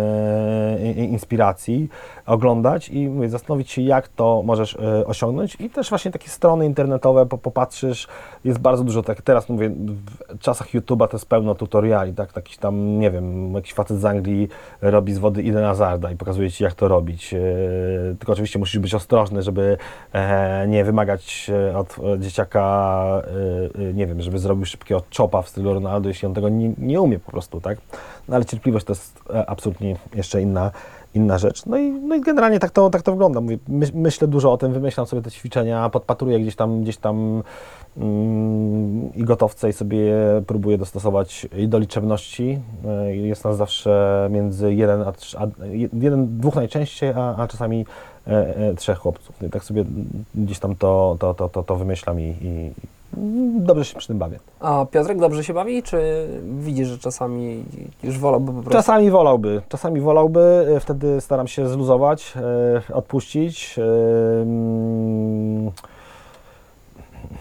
e, inspiracji, oglądać i mówię, zastanowić się, jak to możesz e, osiągnąć i też właśnie takie strony internetowe, po, popatrzysz, jest bardzo dużo, tak teraz mówię, w czasach YouTube'a to jest pełno tutoriali, tak, taki tam, nie wiem, jakiś facet z Anglii robi z wody Eden Hazarda i pokazuje Ci, jak to robić, e, tylko oczywiście musisz być ostrożny, żeby e, nie wymagać od, od dzieciaka, e, nie wiem, żeby zrobił szybkiego chopa w stylu Ronaldo, jeśli on tego nie, nie umie po prostu, tak? No ale cierpliwość to jest e, absolutnie jeszcze inna, inna rzecz. No i, no i generalnie tak to, tak to wygląda. Mówię, my, myślę dużo o tym, wymyślam sobie te ćwiczenia, podpatruję gdzieś tam, gdzieś tam mm, i gotowce i sobie je próbuję dostosować i do liczebności. E, jest nas zawsze między jeden a, trz, a jeden, dwóch najczęściej, a, a czasami e, e, trzech chłopców. I tak sobie gdzieś tam to, to, to, to, to wymyślam i, i dobrze się przy tym bawię. A Piotrek dobrze się bawi, czy widzisz, że czasami już wolałby po prostu? Czasami wolałby, czasami wolałby, wtedy staram się zluzować, e, odpuścić. E, mm,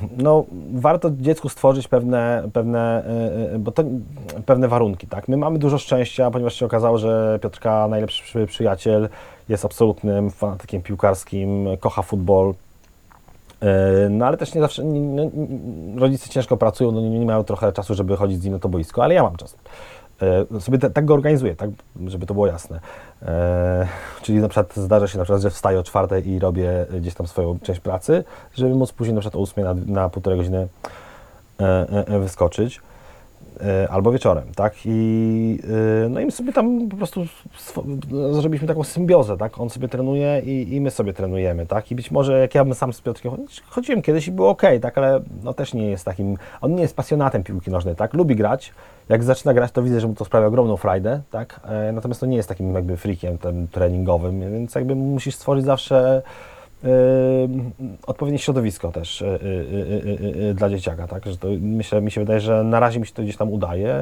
no, warto dziecku stworzyć pewne, pewne, y, y, bo to, pewne warunki, tak? My mamy dużo szczęścia, ponieważ się okazało, że Piotrka, najlepszy przy- przyjaciel, jest absolutnym fanatykiem piłkarskim, kocha futbol. Y, No ale też nie zawsze, nie, nie, nie- rodzice ciężko pracują, no, nie, nie mają trochę czasu, żeby chodzić z nim na to boisko, ale ja mam czas. E, sobie te, tak go organizuję, tak, żeby to było jasne. E, czyli na przykład zdarza się na przykład, że wstaję o czwartej i robię gdzieś tam swoją część pracy, żeby móc później na przykład o ósmej na, na półtorej godziny e, e, wyskoczyć. E, albo wieczorem, tak? I, e, no i my sobie tam po prostu swo- zrobiliśmy taką symbiozę, tak? On sobie trenuje i, i my sobie trenujemy, tak? I być może jak ja bym sam z Piotrkiem chodzić- chodziłem kiedyś i było okej, tak? Ale no też nie jest takim, on nie jest pasjonatem piłki nożnej, tak? Lubi grać. Jak zaczyna grać, to widzę, że mu to sprawia ogromną frajdę, tak? E, natomiast to nie jest takim jakby freakiem tym treningowym, więc jakby musisz stworzyć zawsze e, odpowiednie środowisko też e, e, e, e, e, dla dzieciaka, tak? Że to myślę, mi się wydaje, że na razie mi się to gdzieś tam udaje,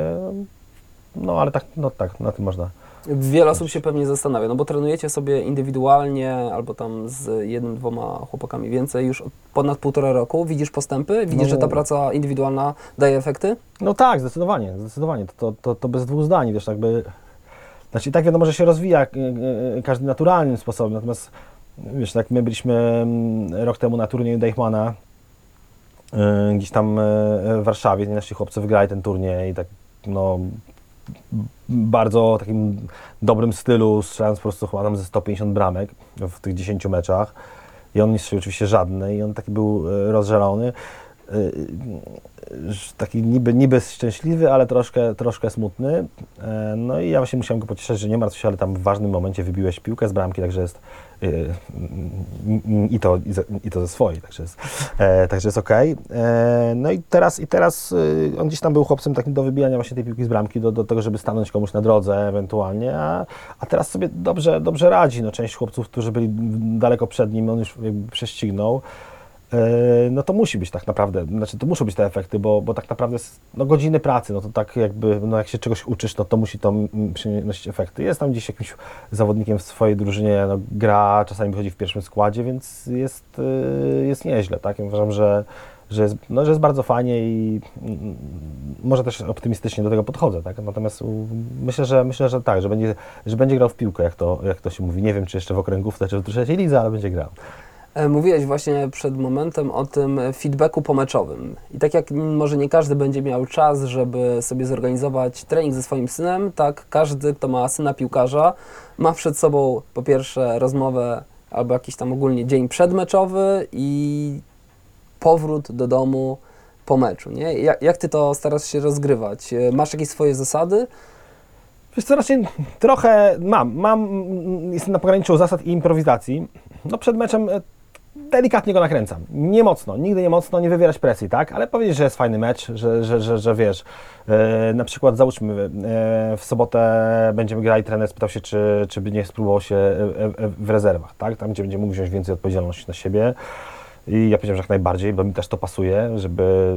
no ale tak, no tak, na tym można. Wiele osób się pewnie zastanawia, no bo trenujecie sobie indywidualnie albo tam z jednym, dwoma chłopakami więcej już od ponad półtora roku. Widzisz postępy? Widzisz, No. że ta praca indywidualna daje efekty? No tak, zdecydowanie, zdecydowanie, to, to, to, to bez dwóch zdań, wiesz, jakby, znaczy i tak wiadomo, że się rozwija y, y, każdy naturalnym sposobem, natomiast wiesz, tak my byliśmy mm, rok temu na turnieju Deichmana, y, gdzieś tam y, w Warszawie, nasi chłopcy wygrali ten turniej i tak, no, bardzo takim dobrym stylu, strzelając po prostu chyba tam ze sto pięćdziesiąt bramek w tych dziesięciu meczach i on nie strzelił oczywiście żadnej i on taki był y, rozżalony. y, że taki niby, niby szczęśliwy, ale troszkę, troszkę smutny. E, No i ja właśnie musiałem go pocieszać, że nie martw się, ale tam w ważnym momencie wybiłeś piłkę z bramki, także jest y, i, i, to, i, ze, i to ze swojej, także jest, e, także jest okej. E, No i teraz, i teraz y, on gdzieś tam był chłopcem takim do wybijania właśnie tej piłki z bramki, do, do tego, żeby stanąć komuś na drodze ewentualnie, a, a teraz sobie dobrze, dobrze radzi. No, część chłopców, którzy byli daleko przed nim, on już jakby prześcignął. No to musi być tak naprawdę, znaczy to muszą być te efekty, bo, bo tak naprawdę jest, no godziny pracy, no to tak jakby, no jak się czegoś uczysz, no to musi to mm, przynosić efekty. Jest tam gdzieś jakimś zawodnikiem w swojej drużynie, no gra, czasami wychodzi w pierwszym składzie, więc jest, y, jest nieźle, tak? Ja uważam, że, że, jest, no, że jest bardzo fajnie i mm, może też optymistycznie do tego podchodzę, tak? Natomiast u, myślę, że myślę, że tak, że będzie, że będzie grał w piłkę, jak to, jak to się mówi. Nie wiem, czy jeszcze w okręgówce, czy w trzeciej lidze, ale będzie grał. E, Mówiłeś właśnie przed momentem o tym feedbacku pomeczowym. I tak jak może nie każdy będzie miał czas, żeby sobie zorganizować trening ze swoim synem, tak każdy, kto ma syna piłkarza, ma przed sobą po pierwsze rozmowę albo jakiś tam ogólnie dzień przedmeczowy i powrót do domu po meczu, nie? Jak, jak ty to starasz się rozgrywać? E, Masz jakieś swoje zasady? Wiesz co, raczej trochę mam, mam, jestem na pograniczu zasad i improwizacji. No przed meczem e, delikatnie go nakręcam, nie mocno, nigdy nie mocno, nie wywierać presji, tak? Ale powiedzieć, że jest fajny mecz, że, że, że, że wiesz, e, na przykład załóżmy, e, w sobotę będziemy grali, trener spytał się, czy, czy by nie spróbował się e, e, w rezerwach, tak? Tam, gdzie będzie mógł wziąć więcej odpowiedzialności na siebie. I ja powiedziałem, że jak najbardziej, bo mi też to pasuje, żeby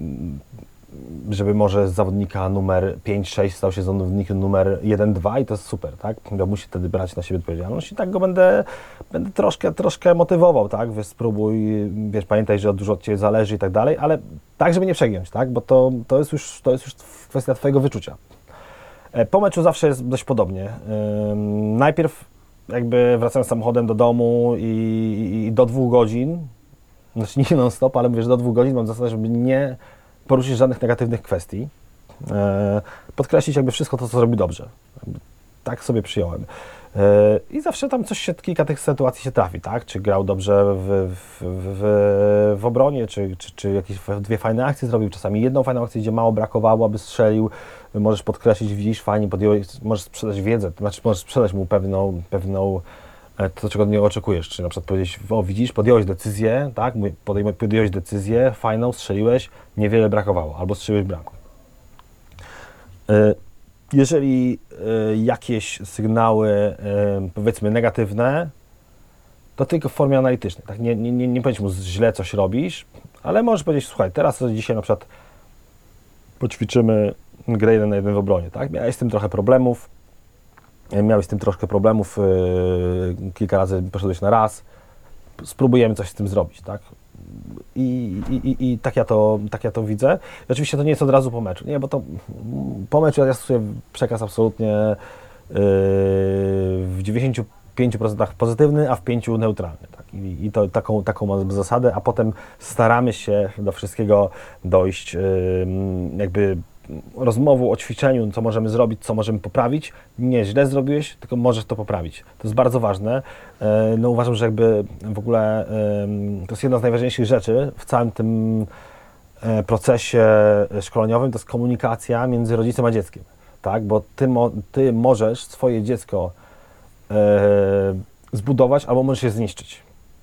żeby może z zawodnika numer pięć sześć stał się zawodnikiem numer jeden dwa i to jest super, tak? Bo musi wtedy brać na siebie odpowiedzialność i tak go będę, będę troszkę, troszkę motywował, tak? Wiesz, spróbuj, wiesz, pamiętaj, że dużo od Ciebie zależy i tak dalej, ale tak, żeby nie przegiąć, tak? Bo to, to, jest już, to jest już kwestia Twojego wyczucia. Po meczu zawsze jest dość podobnie. Ym, najpierw jakby wracałem samochodem do domu i, i do dwóch godzin, znaczy nie non stop, ale mówię, że do dwóch godzin mam zasadę, żeby nie poruszyć żadnych negatywnych kwestii, e, podkreślić jakby wszystko to, co zrobi dobrze. Tak sobie przyjąłem. E, I zawsze tam coś się, kilka tych sytuacji się trafi, tak? Czy grał dobrze w, w, w, w obronie, czy, czy, czy jakieś dwie fajne akcje zrobił, czasami jedną fajną akcję, gdzie mało brakowało, aby strzelił. Możesz podkreślić, widzisz, fajnie podjąłeś, możesz sprzedać wiedzę, to znaczy możesz sprzedać mu pewną, pewną to, czego od niego oczekujesz, czy na przykład powiedzieć, o widzisz, podjąłeś decyzję, tak, podejm- podjąłeś decyzję, fajną, strzeliłeś, niewiele brakowało, albo strzeliłeś bramkę. Jeżeli jakieś sygnały, powiedzmy, negatywne, to tylko w formie analitycznej, tak, nie, nie, nie, nie powiedz mu źle coś robisz, ale możesz powiedzieć, słuchaj, teraz dzisiaj na przykład poćwiczymy grę jeden na jeden w obronie, tak, miałeś z tym trochę problemów, Miałeś z tym troszkę problemów, yy, kilka razy poszedłeś na raz, spróbujemy coś z tym zrobić, tak? i, i, i, i tak, ja to, tak ja to widzę. I oczywiście to nie jest od razu po meczu, nie, bo to po meczu ja stosuję przekaz absolutnie yy, w dziewięćdziesięciu pięciu procentach pozytywny, a w pięciu procentach neutralny. Tak? I, i to, taką, taką mam zasadę, a potem staramy się do wszystkiego dojść yy, jakby rozmową o ćwiczeniu, co możemy zrobić, co możemy poprawić. Nie źle zrobiłeś, tylko możesz to poprawić. To jest bardzo ważne. No uważam, że jakby w ogóle to jest jedna z najważniejszych rzeczy w całym tym procesie szkoleniowym, to jest komunikacja między rodzicem a dzieckiem. Tak? Bo ty, mo, ty możesz swoje dziecko zbudować albo możesz je zniszczyć.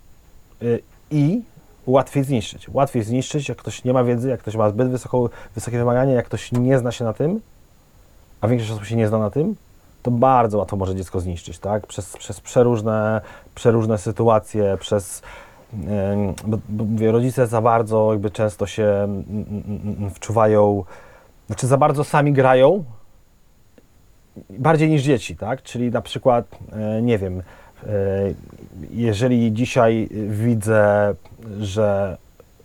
I łatwiej zniszczyć. Łatwiej zniszczyć, jak ktoś nie ma wiedzy, jak ktoś ma zbyt wysoką, wysokie wymagania, jak ktoś nie zna się na tym, a większość osób się nie zna na tym, to bardzo łatwo może dziecko zniszczyć, tak? Przez, przez przeróżne, przeróżne sytuacje, przez, yy, bo, bo mówię, rodzice za bardzo jakby często się yy, wczuwają, znaczy za bardzo sami grają, bardziej niż dzieci, tak? Czyli na przykład, yy, nie wiem, jeżeli dzisiaj widzę, że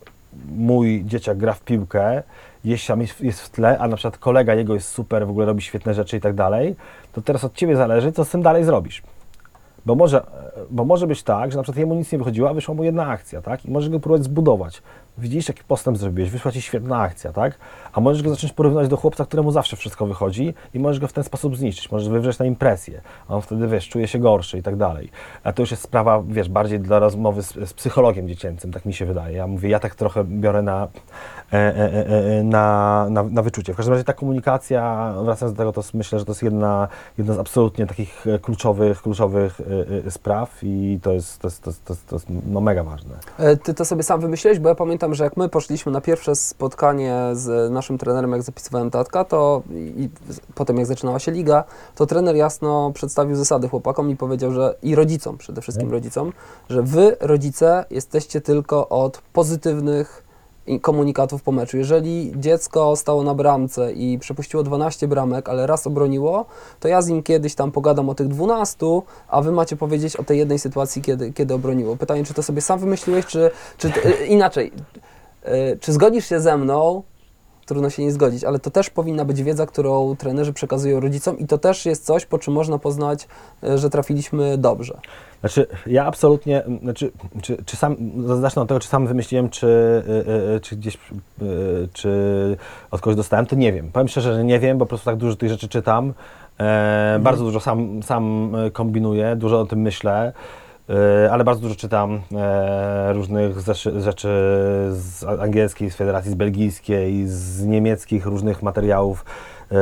mój dzieciak gra w piłkę, gdzieś tam jest w tle, a na przykład kolega jego jest super, w ogóle robi świetne rzeczy i tak dalej, to teraz od Ciebie zależy, co z tym dalej zrobisz. Bo może, bo może być tak, że na przykład jemu nic nie wychodziło, a wyszła mu jedna akcja, tak? I możesz go próbować zbudować. Widzisz, jaki postęp zrobiłeś, wyszła Ci świetna akcja, tak? A możesz go zacząć porównywać do chłopca, któremu zawsze wszystko wychodzi i możesz go w ten sposób zniszczyć, możesz wywrzeć na impresję, a on wtedy, wiesz, czuje się gorszy i tak dalej. A to już jest sprawa, wiesz, bardziej dla rozmowy z, z psychologiem dziecięcym, tak mi się wydaje. Ja mówię, ja tak trochę biorę na, e, e, e, na, na, na wyczucie. W każdym razie ta komunikacja, wracając do tego, to myślę, że to jest jedna, jedna z absolutnie takich kluczowych, kluczowych e, e, spraw i to jest, to jest, to jest, to jest, to jest no, mega ważne. Ty to sobie sam wymyśliłeś, bo ja pamiętam, że jak my poszliśmy na pierwsze spotkanie z naszym trenerem, jak zapisywałem tatka, to i potem jak zaczynała się liga, to trener jasno przedstawił zasady chłopakom i powiedział, że i rodzicom, przede wszystkim hmm. rodzicom, że wy, rodzice, jesteście tylko od pozytywnych komunikatów po meczu. Jeżeli dziecko stało na bramce i przepuściło dwanaście bramek, ale raz obroniło, to ja z nim kiedyś tam pogadam o tych dwunastu, a wy macie powiedzieć o tej jednej sytuacji, kiedy, kiedy obroniło. Pytanie, czy to sobie sam wymyśliłeś, czy, czy inaczej, czy zgodzisz się ze mną? Trudno się nie zgodzić, ale to też powinna być wiedza, którą trenerzy przekazują rodzicom i to też jest coś, po czym można poznać, że trafiliśmy dobrze. Znaczy, ja absolutnie, znaczy, czy, czy sam, zacznę od tego, czy sam wymyśliłem, czy, yy, czy gdzieś, yy, czy od kogoś dostałem, to nie wiem. Powiem szczerze, że nie wiem, bo po prostu tak dużo tych rzeczy czytam, yy, mhm. bardzo dużo sam, sam kombinuję, dużo o tym myślę. Ale bardzo dużo czytam e, różnych rzeczy, rzeczy z angielskiej, z federacji, z belgijskiej, z niemieckich różnych materiałów, e,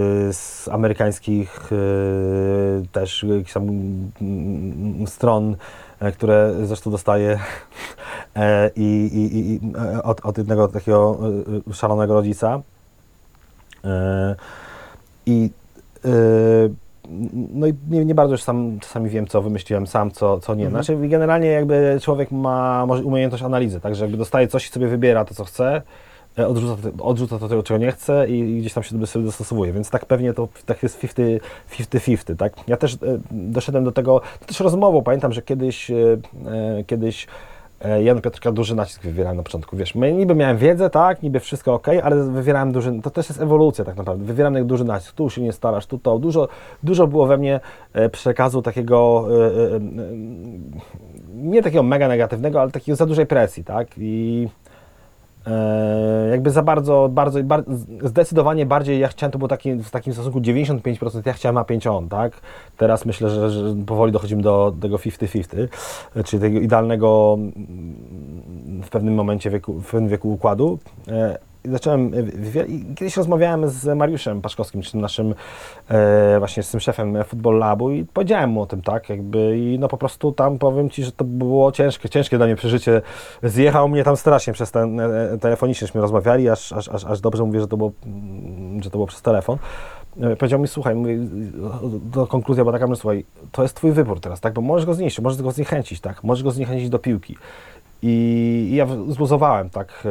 z amerykańskich e, też jakichś tam m, stron, e, które zresztą dostaję e, i, i, i od, od jednego takiego szalonego rodzica. E, I e, No i nie, nie bardzo już sam czasami wiem, co wymyśliłem sam, co, co nie. Mhm. Znaczy generalnie jakby człowiek ma może umiejętność analizy, tak, że jakby dostaje coś i sobie wybiera to, co chce, odrzuca, odrzuca to, tego, czego nie chce i, i gdzieś tam się sobie dostosowuje, więc tak pewnie to tak jest pięćdziesiąt pięćdziesiąt, tak. Ja też e, doszedłem do tego, to też rozmową, pamiętam, że kiedyś, e, kiedyś ja na Piotrka duży nacisk wywierałem na początku, wiesz, my niby miałem wiedzę, tak, niby wszystko ok, ale wywierałem duży, to też jest ewolucja tak naprawdę, wywierałem duży nacisk, tu się nie starasz, tu to, dużo, dużo było we mnie przekazu takiego, nie takiego mega negatywnego, ale takiego za dużej presji, tak, i jakby za bardzo, bardzo, bardzo, zdecydowanie bardziej ja chciałem, to było taki, w takim stosunku dziewięćdziesiąt pięć procent ja chciałem, a pięć on, tak? Teraz myślę, że, że powoli dochodzimy do tego pięćdziesiąt pięćdziesiąt, czyli tego idealnego w pewnym momencie wieku, w pewnym wieku układu. I zacząłem, i kiedyś rozmawiałem z Mariuszem Paszkowskim, czyli naszym e, właśnie z tym szefem Football Labu i powiedziałem mu o tym, tak, jakby i no po prostu tam powiem Ci, że to było ciężkie, ciężkie dla mnie przeżycie. Zjechał mnie tam strasznie przez ten e, telefonicznie, żeśmy rozmawiali, aż, aż, aż, aż dobrze mówię, że to było, że to było przez telefon. E, powiedział mi, słuchaj, mówię, do konkluzja była taka, że słuchaj, to jest Twój wybór teraz, tak, bo możesz go zniszczyć, możesz go zniechęcić, tak, możesz go zniechęcić do piłki. I, i ja zluzowałem, tak,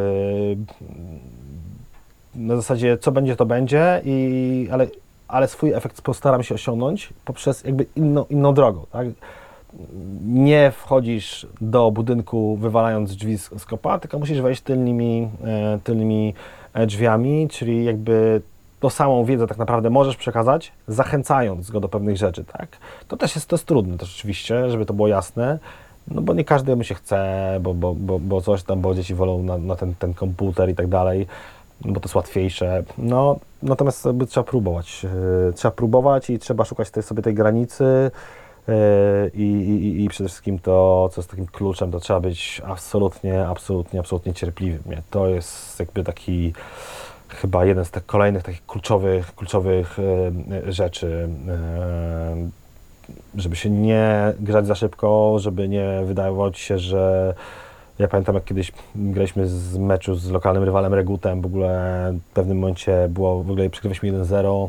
na zasadzie co będzie, to będzie, i, ale, ale swój efekt postaram się osiągnąć poprzez jakby inną, inną drogą, tak? nie wchodzisz do budynku wywalając drzwi z, z kopa, tylko musisz wejść tylnymi, e, tylnymi e, drzwiami, czyli jakby tą samą wiedzę tak naprawdę możesz przekazać, zachęcając go do pewnych rzeczy, tak? To też jest, to jest trudne też oczywiście, żeby to było jasne, no bo nie każdemu się chce, bo, bo, bo, bo coś tam, bo dzieci wolą na, na ten, ten komputer i tak dalej, bo to jest łatwiejsze. No, natomiast jakby trzeba próbować. Yy, trzeba próbować i trzeba szukać tej, sobie tej granicy yy, i, i, i przede wszystkim to, co jest takim kluczem, to trzeba być absolutnie, absolutnie, absolutnie cierpliwym. Nie? To jest jakby taki chyba jeden z tych kolejnych takich kluczowych, kluczowych yy, rzeczy. Yy, żeby się nie grzać za szybko, żeby nie wydawało ci się, że ja pamiętam, jak kiedyś graliśmy z meczu z lokalnym rywalem Regutem, w ogóle w pewnym momencie było, w ogóle przegrywaliśmy jeden zero.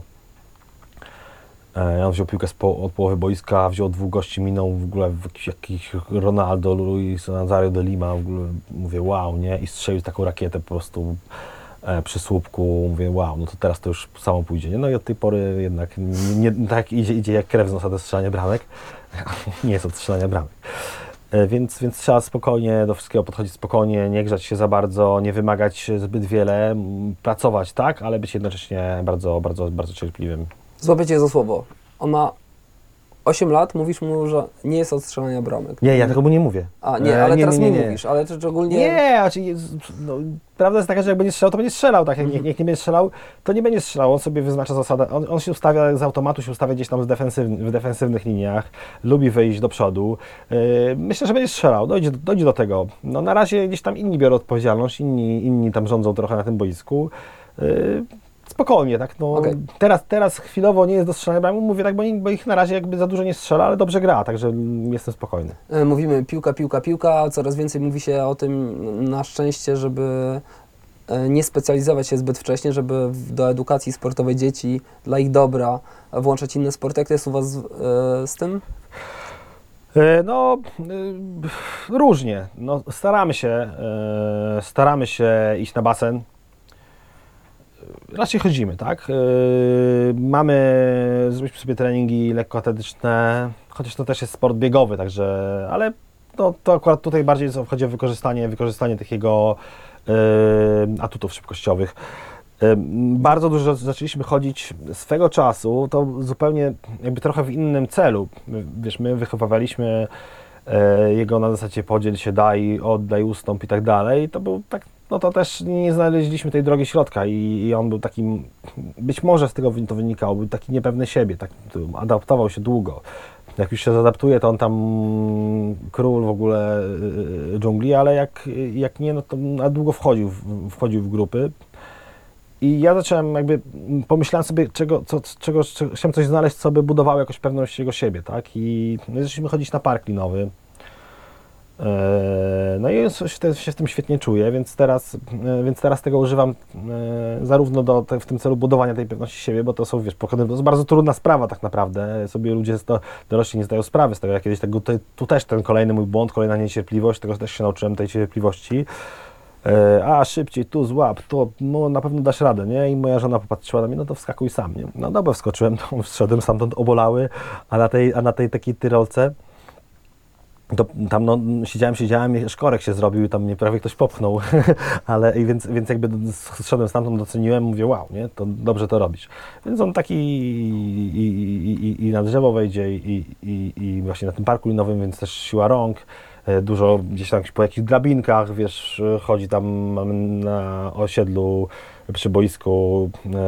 E, on wziął piłkę z po, od połowy boiska, wziął dwóch gości, minął w ogóle w jakiś, jakiś Ronaldo, Luis Nazario de Lima, w ogóle mówię wow, nie? I strzelił taką rakietę po prostu e, przy słupku, mówię wow, no to teraz to już samo pójdzie, nie? No i od tej pory jednak nie, nie, tak idzie, idzie jak krew z nosa do strzelania bramek, nie jest od strzelania bramek. Więc, więc trzeba spokojnie do wszystkiego podchodzić spokojnie, nie grzać się za bardzo, nie wymagać zbyt wiele, pracować, tak, ale być jednocześnie bardzo, bardzo, bardzo cierpliwym. Złapię cię za słowo. On ma osiem lat, mówisz mu, że nie jest od strzelania bramek. Nie, ja tego mu nie mówię. A, nie, E, ale nie, teraz nie, mi nie. mówisz, ale czy ogólnie... Nie, znaczy, jest- no, prawda jest taka, że jak będzie strzelał, to będzie strzelał, tak, jak, Mhm. jak nie będzie strzelał, to nie będzie strzelał, on sobie wyznacza zasadę, on, on się ustawia z automatu, się ustawia gdzieś tam w, defensywny, w defensywnych liniach, lubi wyjść do przodu, yy, myślę, że będzie strzelał, dojdzie, dojdzie do tego. No na razie gdzieś tam inni biorą odpowiedzialność, inni, inni tam rządzą trochę na tym boisku. Yy, Spokojnie, tak, no Okej. teraz, teraz chwilowo nie jest do strzelania bramek, mówię tak, bo, bo ich na razie jakby za dużo nie strzela, ale dobrze gra, także mm, jestem spokojny. E, Mówimy piłka, piłka, piłka, coraz więcej mówi się o tym na szczęście, żeby e, nie specjalizować się zbyt wcześnie, żeby w- do edukacji sportowej dzieci, dla ich dobra, włączać inne sporty. Jak to jest u Was e, z tym? E, No, e, różnie. No, staramy się, e, staramy się iść na basen. Raczej chodzimy, tak? E, Mamy, zrobiliśmy sobie treningi lekkoatletyczne, chociaż to też jest sport biegowy, także, ale to, to akurat tutaj bardziej chodzi o wykorzystanie, wykorzystanie takiego e, atutów szybkościowych. E, Bardzo dużo zaczęliśmy chodzić swego czasu, to zupełnie jakby trochę w innym celu. Wiesz, my wychowywaliśmy e, jego na zasadzie podziel się, daj, oddaj, ustąp i tak dalej. To był tak, no to też nie znaleźliśmy tej drogi środka i, i on był takim, być może z tego wy- to wynikało, był taki niepewny siebie, tak, adaptował się długo. Jak już się zaadaptuje, to on tam król w ogóle y, dżungli, ale jak, jak nie, no to na długo wchodził, w- wchodził w grupy. I ja zacząłem jakby, pomyślałem sobie, czego, co, czego, czego, chciałem coś znaleźć, co by budowało jakoś pewność jego siebie, tak? I my zaczęliśmy chodzić na park linowy. Eee, No i on się, te- się w tym świetnie czuje, więc teraz, e, więc teraz tego używam e, zarówno do, te, w tym celu budowania tej pewności siebie, bo to są, wiesz, pochody, to jest bardzo trudna sprawa tak naprawdę. Sobie ludzie z to, dorośli nie zdają sprawy z tego. Ja kiedyś tego, tutaj, tu też ten kolejny mój błąd, kolejna niecierpliwość, tego też się nauczyłem, tej cierpliwości. E, a szybciej, tu złap, to no, na pewno dasz radę, nie? I moja żona popatrzyła na mnie, no to wskakuj sam, nie? No dobra, wskoczyłem, to wszedłem, stamtąd obolały, a na tej, a na tej takiej tyrolce to tam no, siedziałem, siedziałem i szkorek się zrobił i tam mnie prawie ktoś popchnął, ale i więc, więc jakby zszedłem stamtąd, doceniłem, mówię wow, nie? To dobrze to robisz. Więc on taki i, i, i, i na drzewo wejdzie i, i, i właśnie na tym parku linowym, więc też siła rąk. E, Dużo gdzieś tam po jakichś drabinkach, wiesz, chodzi tam mamy na osiedlu przy boisku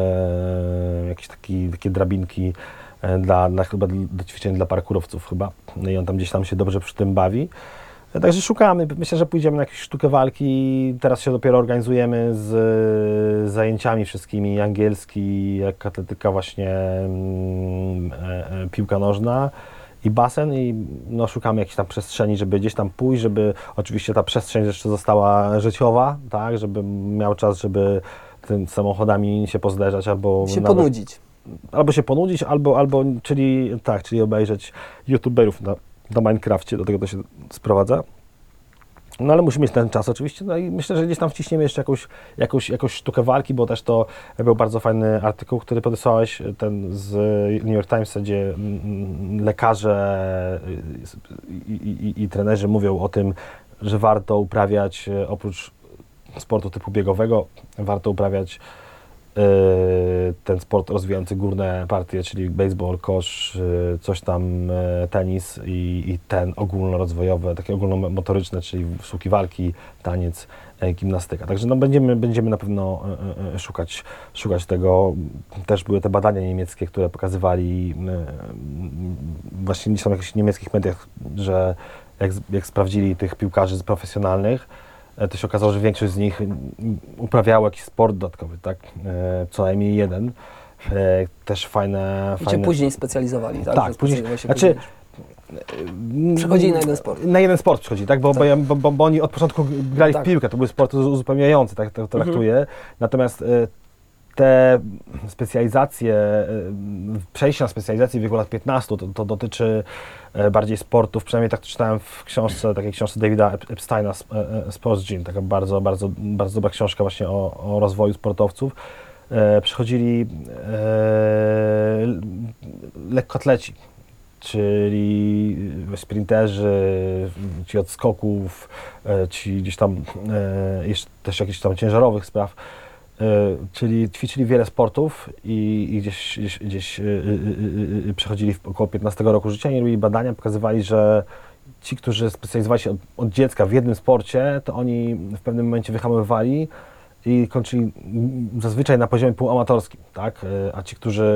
e, jakieś taki, takie drabinki e, dla, dla, chyba do ćwiczeń dla parkurowców chyba. No i on tam gdzieś tam się dobrze przy tym bawi. E, Także szukamy, myślę, że pójdziemy na jakąś sztukę walki. Teraz się dopiero organizujemy z e, zajęciami wszystkimi, angielski, jak atletyka właśnie, mm, e, e, piłka nożna i basen i no, szukamy jakiejś tam przestrzeni, żeby gdzieś tam pójść, żeby oczywiście ta przestrzeń jeszcze została życiowa, tak, żeby miał czas, żeby tym samochodami się pozderzać albo Się nawet, ponudzić. albo się ponudzić, albo, albo czyli tak, czyli obejrzeć youtuberów na, na Minecrafcie, do tego to się sprowadza. No ale musimy mieć ten czas oczywiście, no i myślę, że gdzieś tam wciśniemy jeszcze jakąś, jakąś, jakąś sztukę walki, bo też to był bardzo fajny artykuł, który podesłałeś, ten z New York Timesa, gdzie mm, lekarze i, i, i trenerzy mówią o tym, że warto uprawiać e, oprócz sportu typu biegowego, warto uprawiać e, ten sport rozwijający górne partie, czyli baseball, kosz, e, coś tam, e, tenis i, i ten ogólnorozwojowy, takie ogólnomotoryczne, czyli sztuki walki, taniec, e, gimnastyka. Także no, będziemy, będziemy na pewno e, e, szukać, szukać tego. Też były te badania niemieckie, które pokazywali e, właśnie gdzieś tam w jakichś niemieckich mediach, że jak, jak sprawdzili tych piłkarzy profesjonalnych, to się okazało, że większość z nich uprawiała jakiś sport dodatkowy, tak? E, co najmniej jeden. E, też fajne... I fajne... się później specjalizowali, tak? Tak, Że później, specjalizowali się znaczy... później. Przechodzili na jeden sport. Na jeden sport przychodzi, tak? Bo, Tak. Bo, ja, bo, bo, bo oni od początku grali Tak. w piłkę, to były sporty uzupełniające, tak to Mhm. traktuję. Natomiast e, te specjalizacje, e, przejście na specjalizację w wieku lat piętnastu, to, to dotyczy e, bardziej sportów, przynajmniej tak to czytałem w książce, takiej książce Davida Ep- Epsteina, Sp- e, e, Sports Gene, taka bardzo, bardzo, bardzo dobra książka właśnie o, o rozwoju sportowców. E, przychodzili e, lekkoatleci, czyli sprinterzy, ci od skoków, e, ci gdzieś tam, e, jeszcze też jakichś tam ciężarowych spraw, e, czyli ćwiczyli wiele sportów i, i gdzieś, gdzieś, gdzieś e, e, e, przechodzili w około piętnastego roku życia i robili badania, pokazywali, że ci, którzy specjalizowali się od, od dziecka w jednym sporcie, to oni w pewnym momencie wyhamowywali i kończyli zazwyczaj na poziomie półamatorskim, tak? A ci, którzy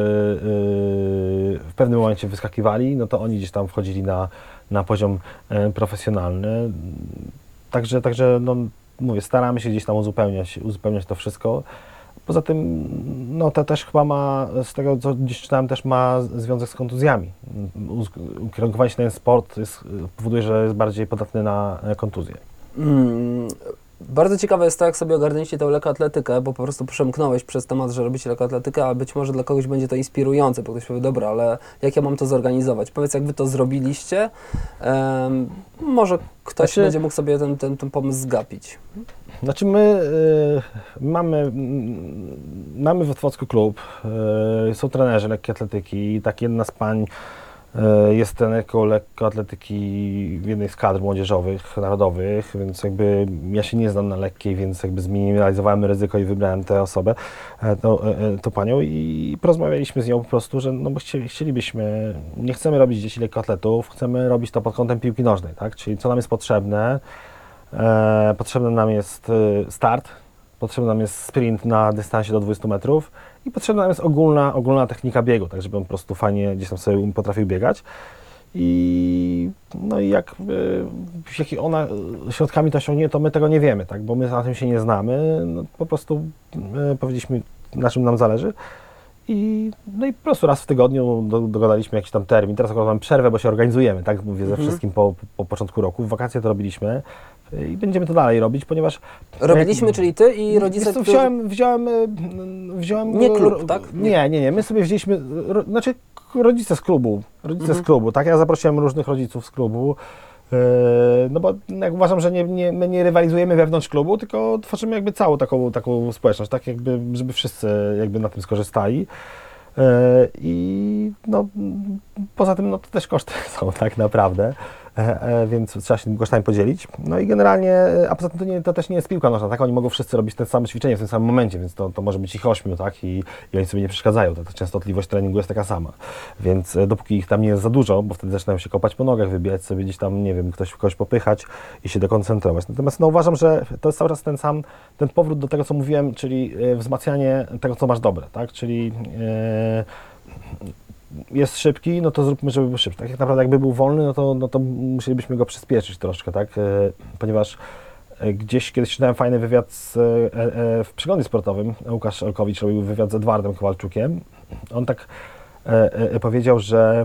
w pewnym momencie wyskakiwali, no to oni gdzieś tam wchodzili na, na poziom profesjonalny. Także, także no, mówię, staramy się gdzieś tam uzupełniać, uzupełniać to wszystko. Poza tym, no to też chyba ma, z tego co gdzieś czytałem, też ma związek z kontuzjami. Ukierunkowanie się na ten sport jest, powoduje, że jest bardziej podatny na kontuzje. Mm, bardzo ciekawe jest to, jak sobie ogarnięcie tę lekkoatletykę, bo po prostu przemknąłeś przez temat, że robicie lekkoatletykę, a być może dla kogoś będzie to inspirujące, bo ktoś powie, dobra, ale jak ja mam to zorganizować? Powiedz, jak wy to zrobiliście, um, może ktoś Znaczy- będzie mógł sobie ten, ten, ten pomysł zgapić. Znaczy my y, mamy, mm, mamy w Otwocku klub, y, są trenerzy lekkiej atletyki i tak jedna z pań y, jest trenerką lekkoatletyki w jednej z kadr młodzieżowych, narodowych, więc jakby ja się nie znam na lekkiej, więc jakby zminimalizowałem ryzyko i wybrałem tę osobę, e, to, e, to panią i porozmawialiśmy z nią po prostu, że no bo chcieli, chcielibyśmy, nie chcemy robić dzieci lekkoatletów, chcemy robić to pod kątem piłki nożnej, tak, czyli co nam jest potrzebne. E, potrzebny nam jest e, start, potrzebny nam jest sprint na dystansie do dwudziestu metrów i potrzebna nam jest ogólna, ogólna technika biegu, tak żeby on po prostu fajnie gdzieś tam sobie potrafił biegać. I no i jak, e, jak ona środkami to osiągnie, to my tego nie wiemy, tak, bo my na tym się nie znamy, no, po prostu e, powiedzieliśmy, na czym nam zależy. I, no i po prostu raz w tygodniu do, dogadaliśmy jakiś tam termin. Teraz akurat mamy przerwę, bo się organizujemy, tak mówię, ze Mhm. wszystkim po, po początku roku. W wakacje to robiliśmy i będziemy to dalej robić, ponieważ... Robiliśmy, jak, czyli ty i rodzice, wiesz co, którzy... wziąłem, wziąłem, y, wziąłem... Nie klub, ro- tak? Nie, nie, nie. My sobie wzięliśmy, ro, znaczy rodzice z klubu, rodzice Mhm. z klubu, tak? Ja zaprosiłem różnych rodziców z klubu. Yy, No bo jak uważam, że nie, nie, my nie rywalizujemy wewnątrz klubu, tylko tworzymy jakby całą taką, taką społeczność, tak jakby, żeby wszyscy jakby na tym skorzystali. Yy, I no, poza tym no, to też koszty są tak naprawdę, e, e, więc trzeba się tym kosztami podzielić. No i generalnie, a poza tym to, nie, to też nie jest piłka nożna, tak? Oni mogą wszyscy robić te same ćwiczenie w tym samym momencie, więc to, to może być ich ośmiu, tak? I, i oni sobie nie przeszkadzają, ta, ta częstotliwość treningu jest taka sama. Więc e, dopóki ich tam nie jest za dużo, bo wtedy zaczynają się kopać po nogach, wybijać sobie gdzieś tam, nie wiem, ktoś kogoś popychać i się dekoncentrować. Natomiast no, uważam, że to jest cały czas ten sam, ten powrót do tego, co mówiłem, czyli e, wzmacnianie tego, co masz dobre, tak? Czyli e, jest szybki, no to zróbmy, żeby był szybszy. Tak jak naprawdę jakby był wolny, no to, no to musielibyśmy go przyspieszyć troszkę, tak? E, ponieważ e, gdzieś kiedyś czytałem fajny wywiad z, e, e, w Przeglądzie Sportowym. Łukasz Olkowicz robił wywiad z Edwardem Kowalczukiem. On tak e, e, powiedział, że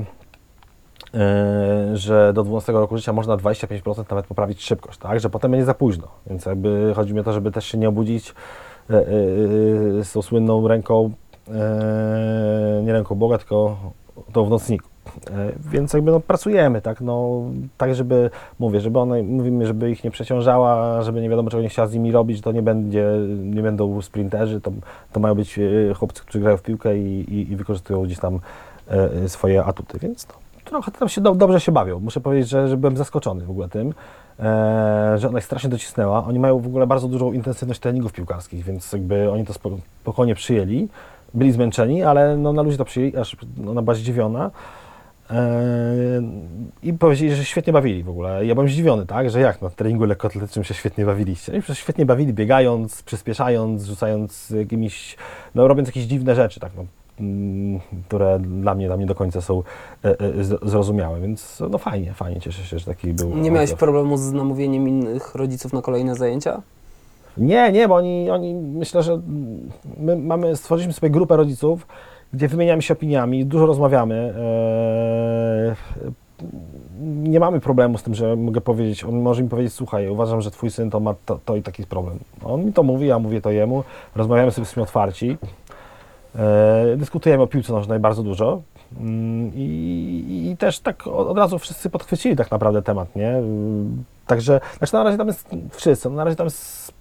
e, że do dwunastego roku życia można dwadzieścia pięć procent nawet poprawić szybkość, tak? Że potem będzie za późno. Więc jakby chodzi mi o to, żeby też się nie obudzić e, e, e, z tą słynną ręką, e, nie ręką Boga, tylko tą w nocniku. Więc jakby no, pracujemy, tak, no, tak żeby, mówię, żeby one, mówimy, żeby ich nie przeciążała, żeby nie wiadomo czego nie chciała z nimi robić, to nie będzie, nie będą sprinterzy, to, to mają być chłopcy, którzy grają w piłkę i, i, i wykorzystują gdzieś tam e, swoje atuty, więc no, trochę tam się do, dobrze się bawią. Muszę powiedzieć, że, że byłem zaskoczony w ogóle tym, e, że ona ich strasznie docisnęła. Oni mają w ogóle bardzo dużą intensywność treningów piłkarskich, więc jakby oni to spokojnie przyjęli. Byli zmęczeni, ale no, na ludzi to przyjęli, aż ona była zdziwiona. Eee, I powiedzieli, że świetnie bawili w ogóle. Ja byłem zdziwiony, tak, że jak na treningu lekkoatletycznym się świetnie bawiliście. I przecież świetnie bawili, biegając, przyspieszając, rzucając jakimiś, no robiąc jakieś dziwne rzeczy, tak, no, mm, które dla mnie, dla mnie do końca są e, e, z, zrozumiałe, więc no fajnie, fajnie, cieszę się, że taki był. Nie miałeś problemu z namówieniem innych rodziców na kolejne zajęcia? Nie, nie, bo oni, oni myślę, że my mamy, stworzyliśmy sobie grupę rodziców, gdzie wymieniamy się opiniami, dużo rozmawiamy. Eee, nie mamy problemu z tym, że mogę powiedzieć, on może mi powiedzieć, słuchaj, uważam, że twój syn to ma to, to i taki problem. On mi to mówi, ja mówię to jemu, rozmawiamy sobie z tym otwarci, eee, dyskutujemy o piłce nożnej bardzo dużo. I, I też tak od razu wszyscy podchwycili tak naprawdę temat, nie? Także, znaczy na razie tam jest wszyscy, na razie tam jest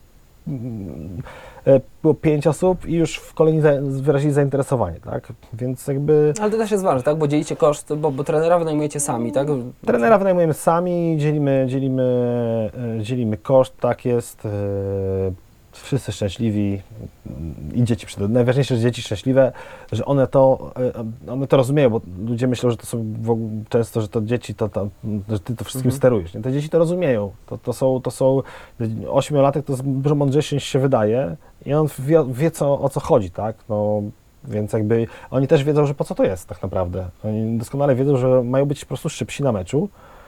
było pięć osób i już w kolejni wyrazili zainteresowanie, tak? Więc jakby... Ale to też jest ważne, tak? Bo dzielicie koszt, bo, bo trenera wynajmujecie sami, tak? Trenera wynajmujemy sami, dzielimy, dzielimy, dzielimy koszt, tak jest. Wszyscy szczęśliwi i dzieci przede wszystkim. Najważniejsze, że dzieci szczęśliwe, że one to, one to rozumieją, bo ludzie myślą, że to są w ogóle często, że to dzieci, to, to, że ty to wszystkim mhm. sterujesz. Nie? Te dzieci to rozumieją. To, to są, to są ośmiolatek, to jest dużo mądrzejszy niż się wydaje i on wie, wie co, o co chodzi, tak? No, więc jakby oni też wiedzą, że po co to jest tak naprawdę. Oni doskonale wiedzą, że mają być po prostu szybsi na meczu.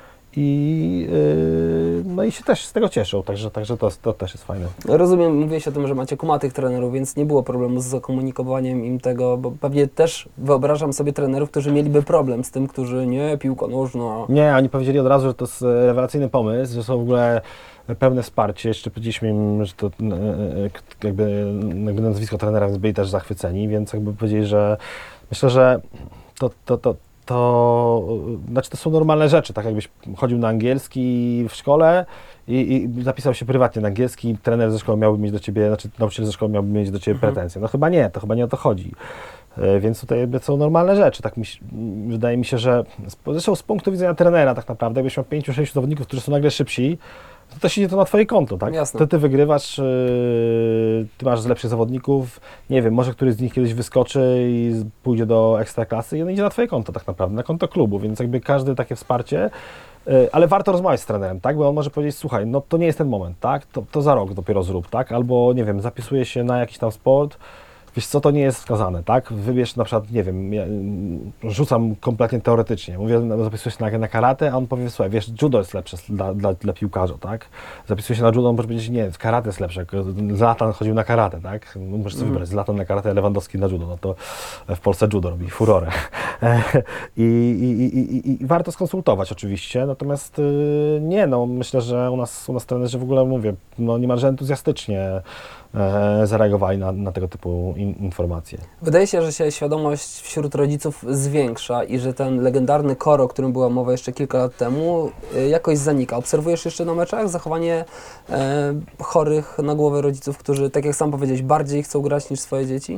I, yy, no i się też z tego cieszą, także, także to, to też jest fajne. Rozumiem, mówiłeś o tym, że macie kumatych trenerów, więc nie było problemu z zakomunikowaniem im tego, bo pewnie też wyobrażam sobie trenerów, którzy mieliby problem z tym, którzy nie, piłka nożna. Nie, oni powiedzieli od razu, że to jest rewelacyjny pomysł, że są w ogóle pełne wsparcie. Jeszcze powiedzieliśmy im, że to jakby, jakby nazwisko trenera, więc byli też zachwyceni, więc jakby powiedzieli, że myślę, że to, to, to to znaczy to są normalne rzeczy, tak jakbyś chodził na angielski w szkole i, i zapisał się prywatnie na angielski, trener ze szkoły miałby mieć do ciebie, znaczy nauczyciel ze szkoły miałby mieć do ciebie mhm. pretensje. No chyba nie, to chyba nie o to chodzi. Więc tutaj jakby są normalne rzeczy, tak mi, wydaje mi się, że zresztą z punktu widzenia trenera tak naprawdę, jakbyś miał pięciu, sześciu zawodników, którzy są nagle szybsi, to też idzie to na twoje konto, tak? Jasne. To ty wygrywasz, yy, ty masz lepszych zawodników, nie wiem, może któryś z nich kiedyś wyskoczy i pójdzie do ekstraklasy i on idzie na twoje konto tak naprawdę, na konto klubu, więc jakby każde takie wsparcie, yy, ale warto rozmawiać z trenerem, tak? Bo on może powiedzieć, słuchaj, no to nie jest ten moment, tak? To, to za rok dopiero zrób, tak? Albo, nie wiem, zapisuję się na jakiś tam sport, wiesz co, to nie jest wskazane, tak? Wybierz na przykład, nie wiem, ja rzucam kompletnie teoretycznie, mówię, zapisuję się na, na karate, a on powie, słuchaj, wiesz, judo jest lepsze dla, dla, dla piłkarza, tak? Zapisuję się na judo, on może powiedzieć, nie, karate jest lepsze, Zlatan chodził na karate, tak? Możesz sobie wybrać, Zlatan na karate, Lewandowski na judo, no to w Polsce judo robi furorę. I, i, i, i warto skonsultować oczywiście, natomiast nie, no myślę, że u nas, u nas trenerzy w ogóle, mówię, no niemalże entuzjastycznie zareagowali na, na tego typu in, informacje. Wydaje się, że się świadomość wśród rodziców zwiększa i że ten legendarny koro, o którym była mowa jeszcze kilka lat temu, jakoś zanika. Obserwujesz jeszcze na meczach zachowanie e, chorych na głowę rodziców, którzy, tak jak sam powiedziałeś, bardziej chcą grać niż swoje dzieci?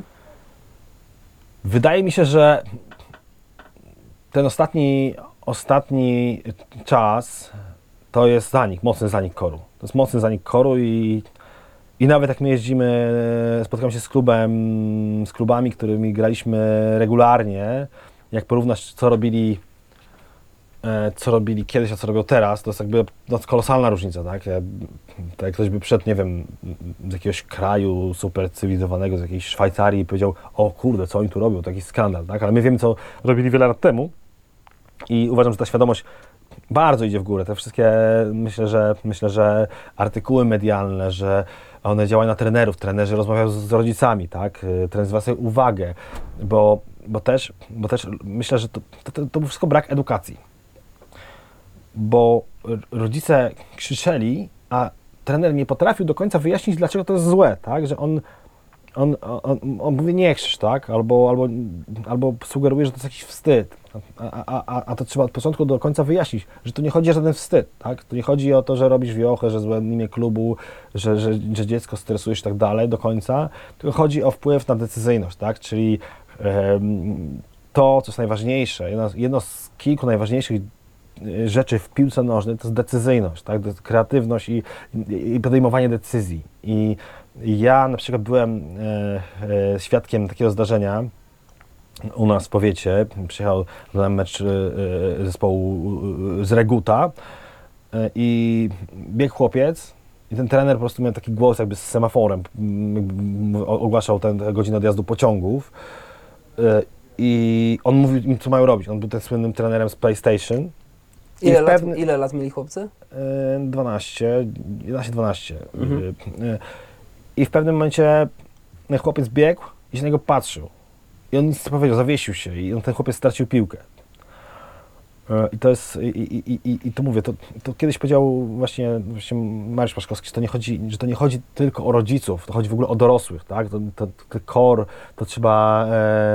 Wydaje mi się, że ten ostatni, ostatni czas to jest zanik, mocny zanik koru. To jest mocny zanik koru i I nawet jak my jeździmy, spotkamy się z klubem, z klubami, którymi graliśmy regularnie, jak porównasz, co robili, co robili kiedyś, a co robią teraz, to jest jakby no, kolosalna różnica, tak? Ja, tak jak ktoś by przyszedł, nie wiem, z jakiegoś kraju super cywilizowanego, z jakiejś Szwajcarii i powiedział, o kurde, co oni tu robią, to jakiś skandal, tak? Ale my wiemy, co robili wiele lat temu i uważam, że ta świadomość bardzo idzie w górę. Te wszystkie, myślę, że myślę, że artykuły medialne, że one działają na trenerów, trenerzy rozmawiają z, z rodzicami, tak? Trener zwraca uwagę, bo, bo, też, bo też myślę, że to, to, to był wszystko brak edukacji. Bo rodzice krzyczeli, a trener nie potrafił do końca wyjaśnić, dlaczego to jest złe, tak? Że on, on, on, on mówi nie krzycz, tak? Albo, albo, albo sugeruje, że to jest jakiś wstyd. A, a, a, a to trzeba od początku do końca wyjaśnić, że tu nie chodzi o żaden wstyd, tak? Tu nie chodzi o to, że robisz wiochę, że złe imię klubu, że, że, że dziecko stresujesz i tak dalej do końca, tylko chodzi o wpływ na decyzyjność, tak? Czyli em, to, co jest najważniejsze, jedno, jedno z kilku najważniejszych rzeczy w piłce nożnej to jest decyzyjność, tak? Kreatywność i, i podejmowanie decyzji. I ja na przykład byłem e, e, świadkiem takiego zdarzenia u nas w powiecie. Przyjechał na mecz e, zespołu e, z Reguta e, i biegł chłopiec i ten trener po prostu miał taki głos jakby z semaforem, m, ogłaszał tę godzinę odjazdu pociągów e, i on mówił im, co mają robić. On był tym słynnym trenerem z PlayStation. Ile, lat, pewny- ile lat mieli chłopcy? E, dwanaście, jedenaście dwanaście. Mhm. E, I w pewnym momencie ten chłopiec biegł i się na niego patrzył. I on nic nie powiedział, zawiesił się i on, ten chłopiec stracił piłkę. E, I to jest, i, i, i, i, i to mówię, to, to kiedyś powiedział właśnie, właśnie Mariusz Paszkowski, że to, nie chodzi, że to nie chodzi tylko o rodziców, to chodzi w ogóle o dorosłych, tak? To, to, to core to trzeba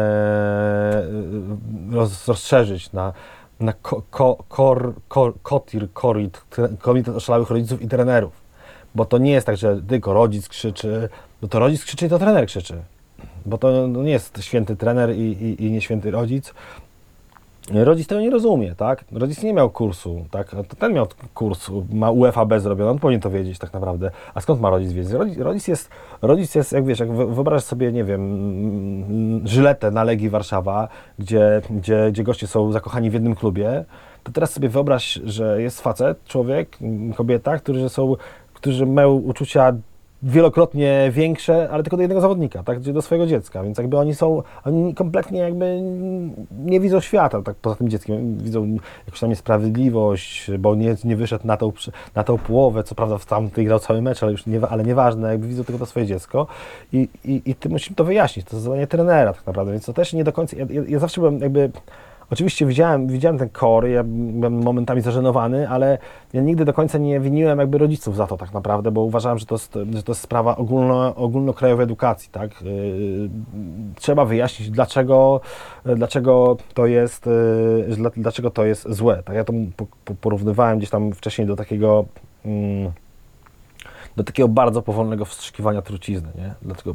e, roz, rozszerzyć na na ko, ko, kor, kor, kotir, korit, komitet oszalałych rodziców i trenerów. Bo to nie jest tak, że tylko rodzic krzyczy, bo to rodzic krzyczy i to trener krzyczy. Bo to no, nie jest święty trener i, i, i nie święty rodzic. Rodzic tego nie rozumie, tak? Rodzic nie miał kursu, tak? To ten miał kurs, ma U F A B zrobiony, on powinien to wiedzieć tak naprawdę. A skąd ma rodzic wiedzieć? Rodzic, rodzic jest, rodzic jest, jak wiesz, jak wyobrażasz sobie, nie wiem, Żyletę na Legii Warszawa, gdzie, gdzie, gdzie goście są zakochani w jednym klubie, to teraz sobie wyobraź, że jest facet, człowiek, kobieta, którzy są, którzy mają uczucia wielokrotnie większe, ale tylko do jednego zawodnika, tak, do swojego dziecka, więc jakby oni są, oni kompletnie jakby nie widzą świata, tak, poza tym dzieckiem, widzą jakąś tam niesprawiedliwość, bo nie, nie wyszedł na tą, na tą połowę, co prawda w tamtej grał cały mecz, ale już nie, ale nieważne, jakby widzą tylko to swoje dziecko i, i, i ty musimy to wyjaśnić, to jest zadanie trenera tak naprawdę, więc to też nie do końca, ja, ja, ja zawsze byłem jakby, oczywiście widziałem, widziałem ten core, ja byłem momentami zażenowany, ale ja nigdy do końca nie winiłem jakby rodziców za to tak naprawdę, bo uważałem, że to jest, że to jest sprawa ogólno, ogólnokrajowej edukacji, tak? Yy, trzeba wyjaśnić, dlaczego, dlaczego to jest, yy, dlaczego to jest złe. Tak? Ja to po, po, porównywałem gdzieś tam wcześniej do takiego, yy, do takiego bardzo powolnego wstrzykiwania trucizny, nie? Dlatego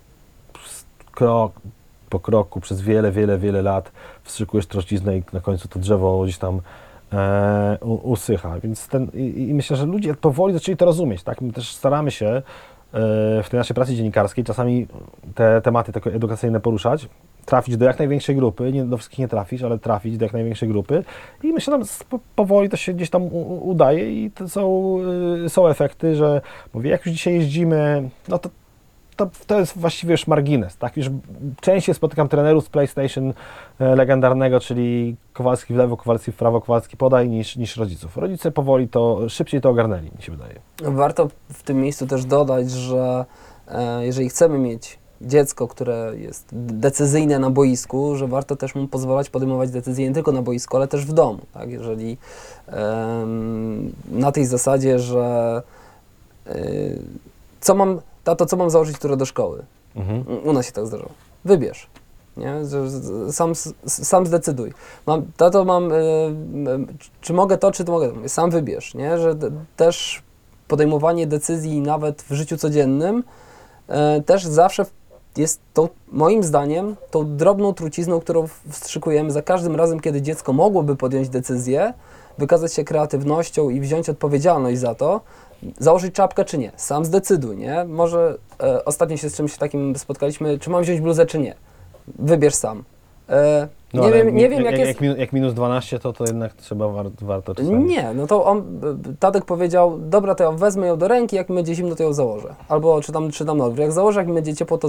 krok po kroku, przez wiele, wiele, wiele lat wstrzykujesz truciznę i na końcu to drzewo gdzieś tam e, usycha. Więc ten, i, i myślę, że ludzie powoli zaczęli to rozumieć. Tak? My też staramy się e, w tej naszej pracy dziennikarskiej czasami te tematy takie edukacyjne poruszać, trafić do jak największej grupy, nie do wszystkich nie trafisz, ale trafić do jak największej grupy i myślę, że powoli to się gdzieś tam u, udaje i to są, y, są efekty, że mówię, jak już dzisiaj jeździmy, no to To, to jest właściwie już margines, tak? Już częściej spotykam trenerów z PlayStation e, legendarnego, czyli Kowalski w lewo, Kowalski w prawo, Kowalski podaj, niż, niż rodziców. Rodzice powoli to, szybciej to ogarnęli, mi się wydaje. Warto w tym miejscu też dodać, że e, jeżeli chcemy mieć dziecko, które jest decyzyjne na boisku, że warto też mu pozwalać podejmować decyzje nie tylko na boisku, ale też w domu, tak? Jeżeli e, na tej zasadzie, że e, co mam tato, co mam założyć, które do szkoły? Mhm. U nas się tak zdarzało. Wybierz. Nie? Sam, sam zdecyduj. Mam, tato, mam, y, y, czy mogę to, czy to mogę to? Mówię, sam wybierz. Nie? Że d- też podejmowanie decyzji nawet w życiu codziennym y, też zawsze jest tą, moim zdaniem, tą drobną trucizną, którą wstrzykujemy za każdym razem, kiedy dziecko mogłoby podjąć decyzję, wykazać się kreatywnością i wziąć odpowiedzialność za to, założyć czapkę czy nie, sam zdecyduj, nie? Może e, ostatnio się z czymś takim spotkaliśmy, czy mam wziąć bluzę czy nie, wybierz sam. E, No, nie, ale wiem, nie wiem jak, jak, jest... jak, jak minus dwanaście, to, to jednak trzeba, war, warto czasami. Nie, no to on, Tadek powiedział, dobra, to ja wezmę ją do ręki, jak mi będzie zimno, to ją założę. Albo czy tam, czy tam odwrót, jak założę, jak mi będzie ciepło, to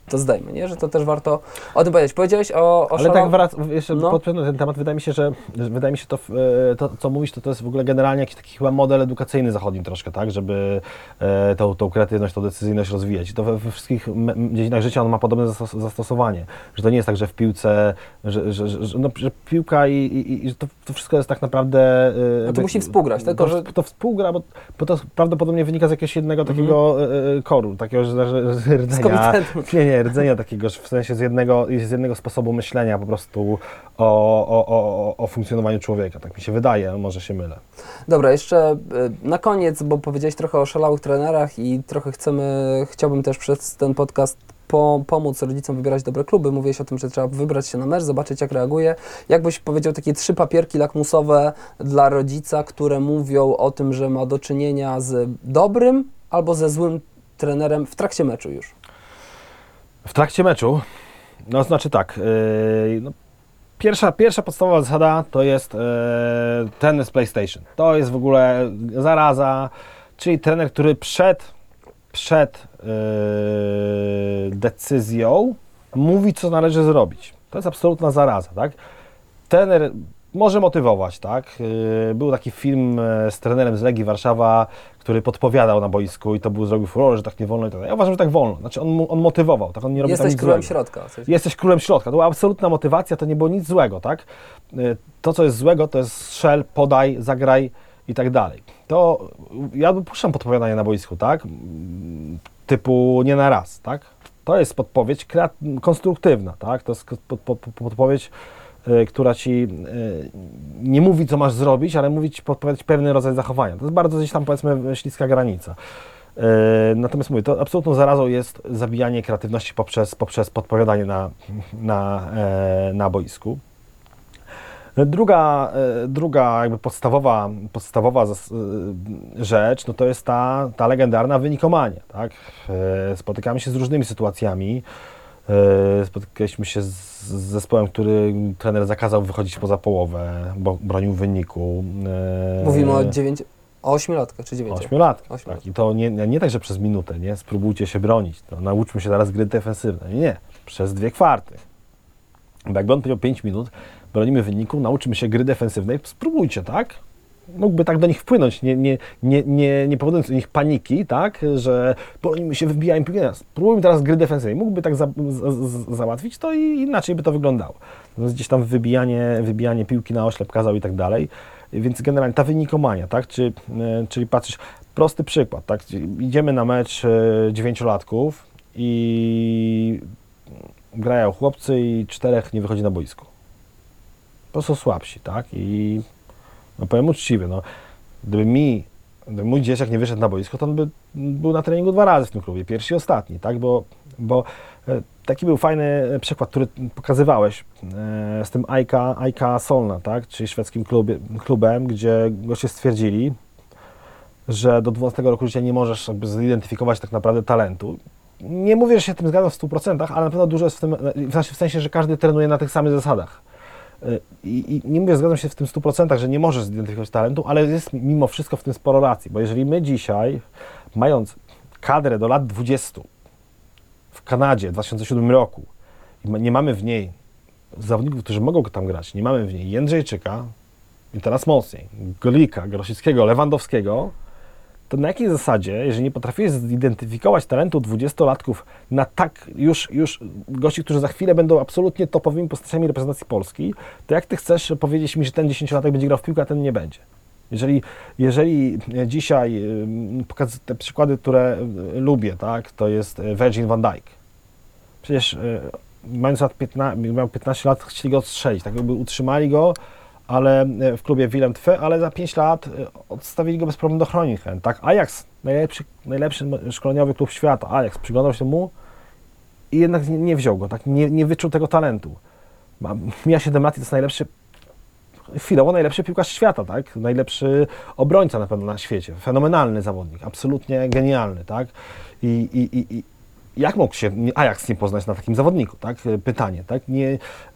to zdejmę, nie? Że to też warto o tym powiedzieć. Powiedziałeś o, o Ale szalow... tak wrac- jeszcze No. podpędzę ten temat, wydaje mi się, że że wydaje mi się to, e, to, co mówisz, to, to jest w ogóle generalnie jakiś taki chyba model edukacyjny zachodni troszkę, tak, żeby e, tą, tą kreatywność, tą decyzyjność rozwijać. I to we, we wszystkich m- m- dziedzinach życia on ma podobne zastos- zastosowanie, że to nie jest tak, że w piłce, że, że, że, że, no, że piłka i, i, i to, to wszystko jest tak naprawdę... E, No to musi współgrać, tylko to, że... to współgra, bo, bo to prawdopodobnie wynika z jakiegoś jednego takiego e, e, koru, takiego że, że, że rdzenia. komitetu. Nie, nie, rdzenia takiego, że w sensie z jednego, z jednego sposobu myślenia po prostu o, o, o, o funkcjonowaniu człowieka. Tak mi się wydaje, może się mylę. Dobra, jeszcze y, na koniec, bo powiedziałeś trochę o szalałych trenerach i trochę chcemy, chciałbym też przez ten podcast po, pomóc rodzicom wybierać dobre kluby. Mówiłeś o tym, że trzeba wybrać się na mecz, zobaczyć jak reaguje. Jakbyś powiedział takie trzy papierki lakmusowe dla rodzica, które mówią o tym, że ma do czynienia z dobrym albo ze złym trenerem w trakcie meczu już? W trakcie meczu, no znaczy tak, yy, no, pierwsza, pierwsza podstawowa zasada to jest yy, tennis PlayStation. To jest w ogóle zaraza, czyli trener, który przed, przed yy, decyzją mówi, co należy zrobić. To jest absolutna zaraza, tak? Trener może motywować, tak? Yy, Był taki film yy, z trenerem z Legii Warszawa, który podpowiadał na boisku i to był, zrobił furorę, że tak nie wolno i tak dalej. Ja uważam, że tak wolno. Znaczy on, mu- on motywował, tak? On nie robi tam Jesteś nic królem złego. środka. Coś. Jesteś królem środka. To była absolutna motywacja, to nie było nic złego, tak? Yy, To, co jest złego, to jest strzel, podaj, zagraj i tak dalej. To ja dopuszczam podpowiadanie na boisku, tak? Mm, Typu nie na raz, tak? To jest podpowiedź kreat- konstruktywna, tak? To jest pod, pod, pod, podpowiedź, y, która ci y, nie mówi, co masz zrobić, ale mówi ci podpowiadać pewien rodzaj zachowania. To jest bardzo gdzieś tam, powiedzmy, śliska granica. Y, natomiast mówię, to absolutną zarazą jest zabijanie kreatywności poprzez, poprzez podpowiadanie na, na, e, na boisku. Druga, e, druga jakby podstawowa, podstawowa zas- e, rzecz, no to jest ta, ta legendarna wynikomania, tak? E, Spotykamy się z różnymi sytuacjami. E, Spotykaliśmy się z, z zespołem, który trener zakazał wychodzić poza połowę, bo bronił wyniku. E, Mówimy o dziewięć, o ośmiolatkach czy dziewięciu? Ośmiolatka. Ośmiolatka. Tak. I to nie, nie tak, że przez minutę, nie? Spróbujcie się bronić. To nauczmy się teraz gry defensywnej. Nie, nie. Przez dwie kwarty. Bo jakby on powiedział pięć minut, bronimy wyniku, nauczymy się gry defensywnej, spróbujcie, tak? Mógłby tak do nich wpłynąć, nie, nie, nie, nie, nie powodując u nich paniki, tak? Że bronimy się, wybijajmy piłkę, spróbujmy teraz gry defensywnej. Mógłby tak za, z, z, załatwić to i inaczej by to wyglądało. Natomiast gdzieś tam wybijanie, wybijanie piłki na oślep kazał i tak dalej. Więc generalnie ta wynikomania, tak? Czy, e, czyli patrzysz, prosty przykład, tak? Idziemy na mecz e, dziewięciolatków i grają chłopcy i czterech nie wychodzi na boisku. Po prostu słabsi, tak? I no powiem uczciwie, no, gdyby mi, gdyby mój dzieciak nie wyszedł na boisko, to on by był na treningu dwa razy w tym klubie, pierwszy i ostatni, tak? Bo, bo e, taki był fajny przykład, który pokazywałeś e, z tym Ajka, Ajka Solna, tak? Czyli szwedzkim klubie, klubem, gdzie goście stwierdzili, że do dwunastego roku życia nie możesz jakby zidentyfikować tak naprawdę talentu. Nie mówię, że się z tym zgadzam w stu procentach, ale na pewno dużo jest w tym, w sensie, w sensie, że każdy trenuje na tych samych zasadach. I, I nie mówię, zgadzam się w tym stu procentach, że nie możesz zidentyfikować talentu, ale jest mimo wszystko w tym sporo racji, bo jeżeli my dzisiaj, mając kadrę do lat dwudziestu w Kanadzie w dwa tysiące siódmym roku i nie mamy w niej zawodników, którzy mogą tam grać, nie mamy w niej Jędrzejczyka i teraz mocniej, Golika, Grosickiego, Lewandowskiego, to na jakiej zasadzie, jeżeli nie potrafisz zidentyfikować talentu dwudziestolatków na tak już, już gości, którzy za chwilę będą absolutnie topowymi postaciami reprezentacji Polski, to jak ty chcesz powiedzieć mi, że ten dziesięciolatek będzie grał w piłkę, a ten nie będzie? Jeżeli, jeżeli dzisiaj pokazuję te przykłady, które lubię, tak, to jest Virgil van Dijk. Przecież mając lat piętnaście, miał piętnaście lat, chcieli go odstrzelić, tak jakby utrzymali go, ale w klubie Willem Twee, ale za pięć lat odstawili go bez problemu do Groningen, tak? Ajax, najlepszy, najlepszy szkoleniowy klub świata, Ajax, przyglądał się mu i jednak nie, nie wziął go, tak? Nie, nie wyczuł tego talentu. Ma, mija siedem lat i to jest najlepszy, chwilowo najlepszy piłkarz świata, tak? Najlepszy obrońca na pewno na świecie, fenomenalny zawodnik, absolutnie genialny, tak? I, i, i, i jak mógł się Ajax nie poznać na takim zawodniku, tak? Pytanie, tak? Nie...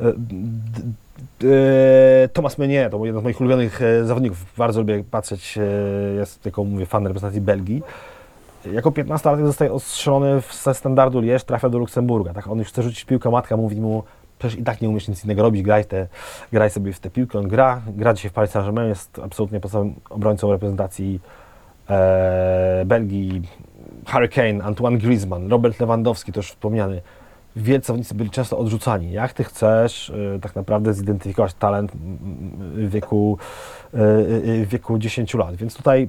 Thomas Meunier, to jeden z moich ulubionych zawodników, bardzo lubię patrzeć, jest tylko mówię fan reprezentacji Belgii jako piętnastolatek zostaje ostrzelony ze standardu Lierz, trafia do Luksemburga, tak? On już chce rzucić piłkę, matka mówi mu, przecież i tak nie umiesz nic innego robić, graj, te, graj sobie w tę piłkę, on gra, gra dzisiaj w Paris Saint-Germain, jest absolutnie podstawowym obrońcą reprezentacji e, Belgii, Harry Kane, Antoine Griezmann, Robert Lewandowski, to już wspomniany. Wielcy zawodnicy byli często odrzucani. Jak ty chcesz y, tak naprawdę zidentyfikować talent w wieku, y, y, w wieku dziesięciu lat? Więc tutaj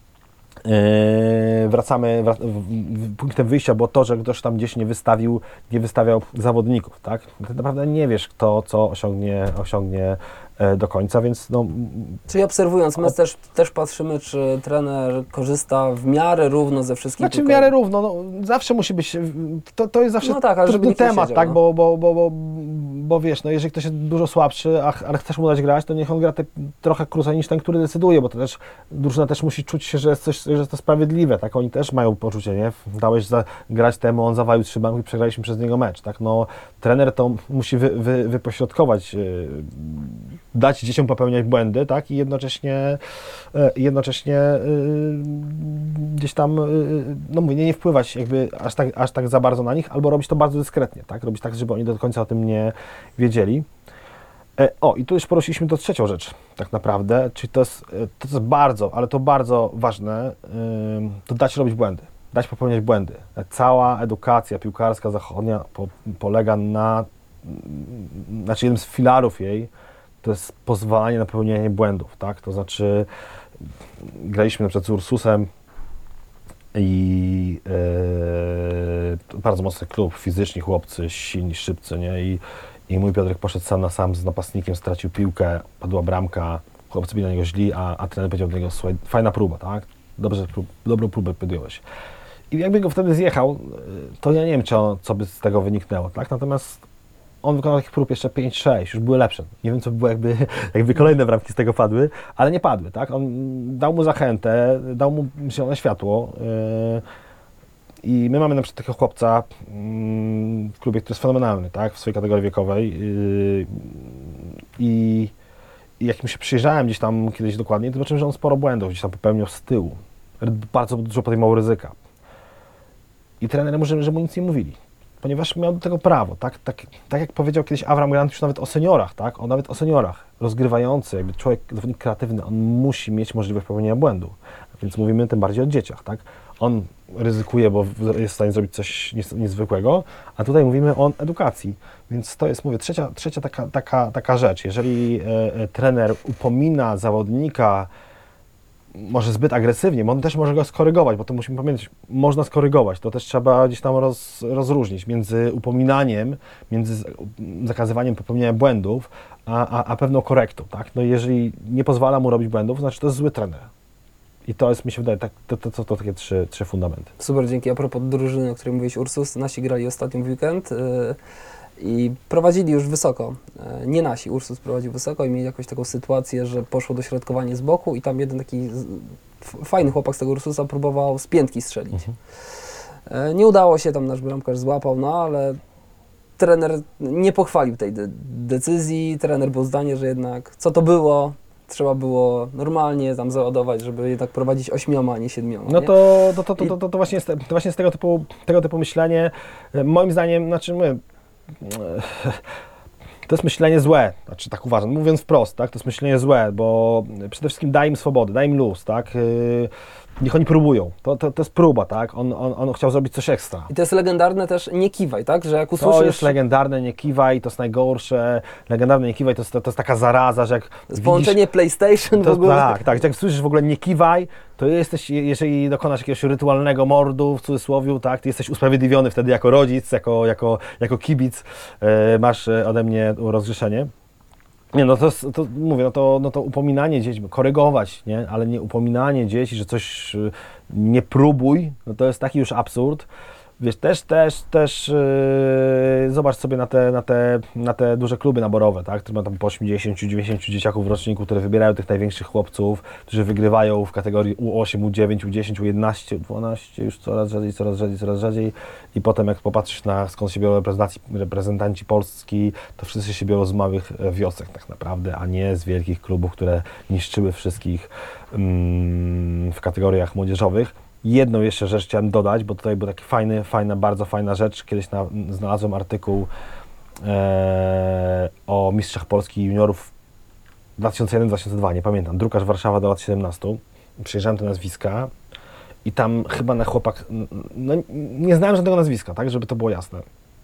y, wracamy, wrac punktem wyjścia było to, że ktoś tam gdzieś nie wystawił, nie wystawiał zawodników, tak? Ty naprawdę nie wiesz, kto co osiągnie, osiągnie do końca, więc no... Czyli obserwując, my też, też patrzymy, czy trener korzysta w miarę równo ze wszystkich. Znaczy w piłkarzy. miarę równo, no, zawsze musi być, to, to jest zawsze No tak, ale żeby trudny nikt nie temat, siedział, tak, no. bo, bo, bo, bo, bo wiesz, no jeżeli ktoś jest dużo słabszy, a, ale chcesz mu dać grać, to niech on gra te, trochę krócej niż ten, który decyduje, bo to też, drużyna też musi czuć się, że jest, coś, że jest to sprawiedliwe, tak, oni też mają poczucie, nie, dałeś za, grać temu, on zawalił trzy bramki i przegraliśmy przez niego mecz, tak, no, trener to musi wy, wy, wypośrodkować, yy, dać dzieciom popełniać błędy, tak, i jednocześnie, yy, jednocześnie yy, gdzieś tam, yy, no mówię, nie, nie wpływać jakby aż tak, aż tak za bardzo na nich, albo robić to bardzo dyskretnie, tak, robić tak, żeby oni do końca o tym nie wiedzieli. E, o, i tu już poruszyliśmy to trzecią rzecz, tak naprawdę, czyli to jest, to jest bardzo, ale to bardzo ważne, yy, to dać robić błędy, dać popełniać błędy. Cała edukacja piłkarska zachodnia po, polega na, znaczy jednym z filarów jej, to jest pozwalanie na popełnianie błędów, tak, to znaczy graliśmy na przykład z Ursusem i yy, bardzo mocny klub, fizyczni chłopcy, silni, szybcy, nie, i I mój Piotrek poszedł sam na sam z napastnikiem, stracił piłkę, padła bramka, chłopcy byli na niego źli, a, a trener powiedział do niego, słuchaj, fajna próba, tak? Dobrze, prób, dobrą próbę podjąłeś. I jakby go wtedy zjechał, to ja nie wiem, czy on, co by z tego wyniknęło, tak? Natomiast on wykonał takich prób jeszcze pięć sześć, już były lepsze. Nie wiem, co by było, jakby, jakby kolejne bramki z tego padły, ale nie padły, tak? On dał mu zachętę, dał mu zielone światło. Yy, I my mamy na przykład takiego chłopca mm, w klubie, który jest fenomenalny, tak, w swojej kategorii wiekowej. Yy, I i jak mu się przyjrzałem gdzieś tam kiedyś dokładniej, to zobaczyłem, że on sporo błędów gdzieś tam popełniał z tyłu. Bardzo dużo podejmował ryzyka. I trenerzy mu, że, że mu nic nie mówili, ponieważ miał do tego prawo, tak, tak, tak jak powiedział kiedyś Avram Grant już nawet o seniorach, tak, on nawet o seniorach, rozgrywający, jakby człowiek, zawodnik kreatywny, on musi mieć możliwość popełnienia błędu, więc mówimy tym bardziej o dzieciach, tak. On ryzykuje, bo jest w stanie zrobić coś niezwykłego, a tutaj mówimy o edukacji, więc to jest, mówię, trzecia, trzecia taka, taka, taka rzecz, jeżeli e, trener upomina zawodnika może zbyt agresywnie, bo on też może go skorygować, bo to musimy pamiętać, można skorygować, to też trzeba gdzieś tam roz, rozróżnić między upominaniem, między zakazywaniem popełniania błędów, a, a, a pewną korektą, tak? No jeżeli nie pozwala mu robić błędów, znaczy to jest zły trener. I to jest, mi się wydaje, tak, to, to, to, to takie trzy, trzy fundamenty. Super, dzięki. A propos drużyny, o której mówiłeś, Ursus, nasi grali ostatnio w weekend yy, i prowadzili już wysoko. Yy, nie nasi, Ursus prowadził wysoko i mieli jakąś taką sytuację, że poszło dośrodkowanie z boku i tam jeden taki z, fajny chłopak z tego Ursusa próbował z piętki strzelić. Mhm. Yy, nie udało się, tam nasz bramkarz złapał, no ale trener nie pochwalił tej de decyzji. Trener był zdania, że jednak co to było, trzeba było normalnie tam załadować, żeby jednak prowadzić ośmioma, a nie siedmioma. No nie? to, to, to, to, to, to właśnie jest, to właśnie jest tego, typu, tego typu myślenie, moim zdaniem, znaczy my, to jest myślenie złe, znaczy tak uważam, mówiąc wprost, tak, to jest myślenie złe, bo przede wszystkim daj im swobodę, daj im luz, tak, niech oni próbują, to, to, to jest próba, tak, on, on, on chciał zrobić coś ekstra. I to jest legendarne też, nie kiwaj, tak, że jak usłyszysz... To jest legendarne, nie kiwaj, to jest najgorsze, legendarne, nie kiwaj, to jest, to, to jest taka zaraza, że jak To jest widzisz, połączenie PlayStation to w ogóle. Tak, tak, jak słyszysz w ogóle nie kiwaj, to jesteś, jeżeli dokonasz jakiegoś rytualnego mordu, w cudzysłowie, tak, ty jesteś usprawiedliwiony wtedy jako rodzic, jako, jako, jako kibic, e, masz ode mnie rozgrzeszenie. Nie, no to, to mówię, no to, no to upominanie dzieci, korygować, nie, ale nie upominanie dzieci, że coś nie próbuj, no to jest taki już absurd. Wiesz, też, też, też yy, zobacz sobie na te, na, te, na te duże kluby naborowe, tak, które mają tam po osiemdziesięciu dziewięćdziesięciu dzieciaków w roczniku, które wybierają tych największych chłopców, którzy wygrywają w kategorii U osiem, U dziewięć, U dziesięć, U jedenaście, U dwanaście, już coraz rzadziej, coraz rzadziej, coraz rzadziej i potem jak popatrzysz na skąd się biorą reprezentacji, reprezentanci Polski, to wszyscy się biorą z małych wiosek tak naprawdę, a nie z wielkich klubów, które niszczyły wszystkich mm, w kategoriach młodzieżowych. jedną jeszcze rzecz chciałem dodać, bo tutaj był taki fajny, fajna, bardzo fajna rzecz. Kiedyś na, znalazłem artykuł e, o mistrzach Polski juniorów dwa tysiące jeden dwa tysiące dwa, nie pamiętam. Drukarz Warszawa do lat siedemnastu. Przyjrzałem te nazwiska i tam chyba na chłopak, no nie znałem żadnego nazwiska, tak, żeby to było jasne.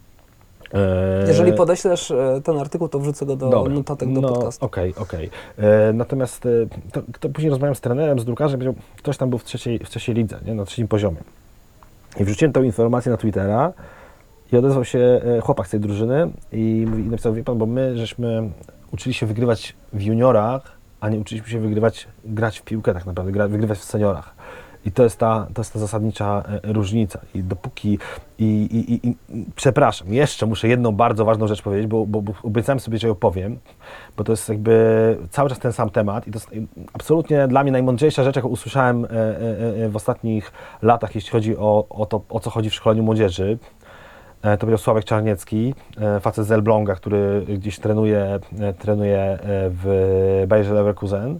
E, Jeżeli podeślesz e, ten artykuł, to wrzucę go do Dobra. notatek do no, podcastu. Okej, okej. E, Natomiast e, to, to później rozmawiałem z trenerem, z drukarzem, powiedział, ktoś tam był w trzeciej, w trzeciej lidze, nie, na trzecim poziomie. I wrzuciłem tą informację na Twittera i odezwał się e, chłopak z tej drużyny i, mówi, i napisał, wie pan, bo my żeśmy uczyli się wygrywać w juniorach, a nie uczyliśmy się wygrywać, grać w piłkę tak naprawdę, gra, wygrywać w seniorach. I to jest ta, to jest ta zasadnicza e, różnica. I dopóki, i, i, i, i przepraszam, jeszcze muszę jedną bardzo ważną rzecz powiedzieć, bo, bo, bo obiecałem sobie, że ją powiem, bo to jest jakby cały czas ten sam temat i to jest absolutnie dla mnie najmądrzejsza rzecz, jaką usłyszałem e, e, e, w ostatnich latach, jeśli chodzi o, o to, o co chodzi w szkoleniu młodzieży. E, to powiedział Sławek Czarniecki, e, facet z Elbląga, który gdzieś trenuje, e, trenuje e, w Bayerze Leverkusen.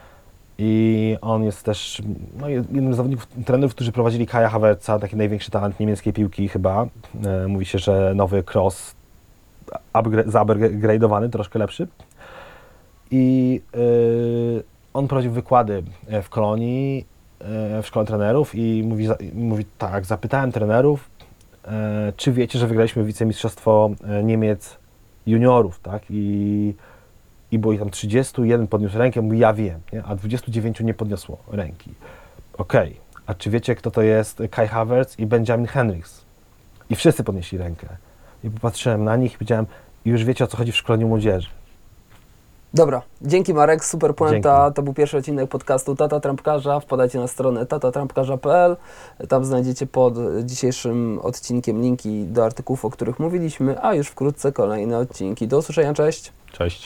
I on jest też no, jednym z zawodników, trenerów, którzy prowadzili Kaja Havertza, taki największy talent niemieckiej piłki chyba. E, mówi się, że nowy Kroos, upgra- zaupgrade'owany, troszkę lepszy. I e, on prowadził wykłady w Kolonii, e, w szkole trenerów i mówi, za, mówi tak, zapytałem trenerów, e, czy wiecie, że wygraliśmy wicemistrzostwo e, Niemiec juniorów, tak? I I było ich tam trzydziestu, jeden podniósł rękę, mówi, ja wiem, nie? A dwudziestu dziewięciu nie podniosło ręki. Okej, okay. A czy wiecie, kto to jest Kai Havertz i Benjamin Henrichs? I wszyscy podnieśli rękę. I popatrzyłem na nich i powiedziałem, już wiecie, o co chodzi w szkoleniu młodzieży. Dobra, dzięki Marek, super puenta. Dzięki. To był pierwszy odcinek podcastu Tata Trampkarza. Wpadajcie na stronę tata trampkarza kropka p l. Tam znajdziecie pod dzisiejszym odcinkiem linki do artykułów, o których mówiliśmy, a już wkrótce kolejne odcinki. Do usłyszenia, cześć! Cześć.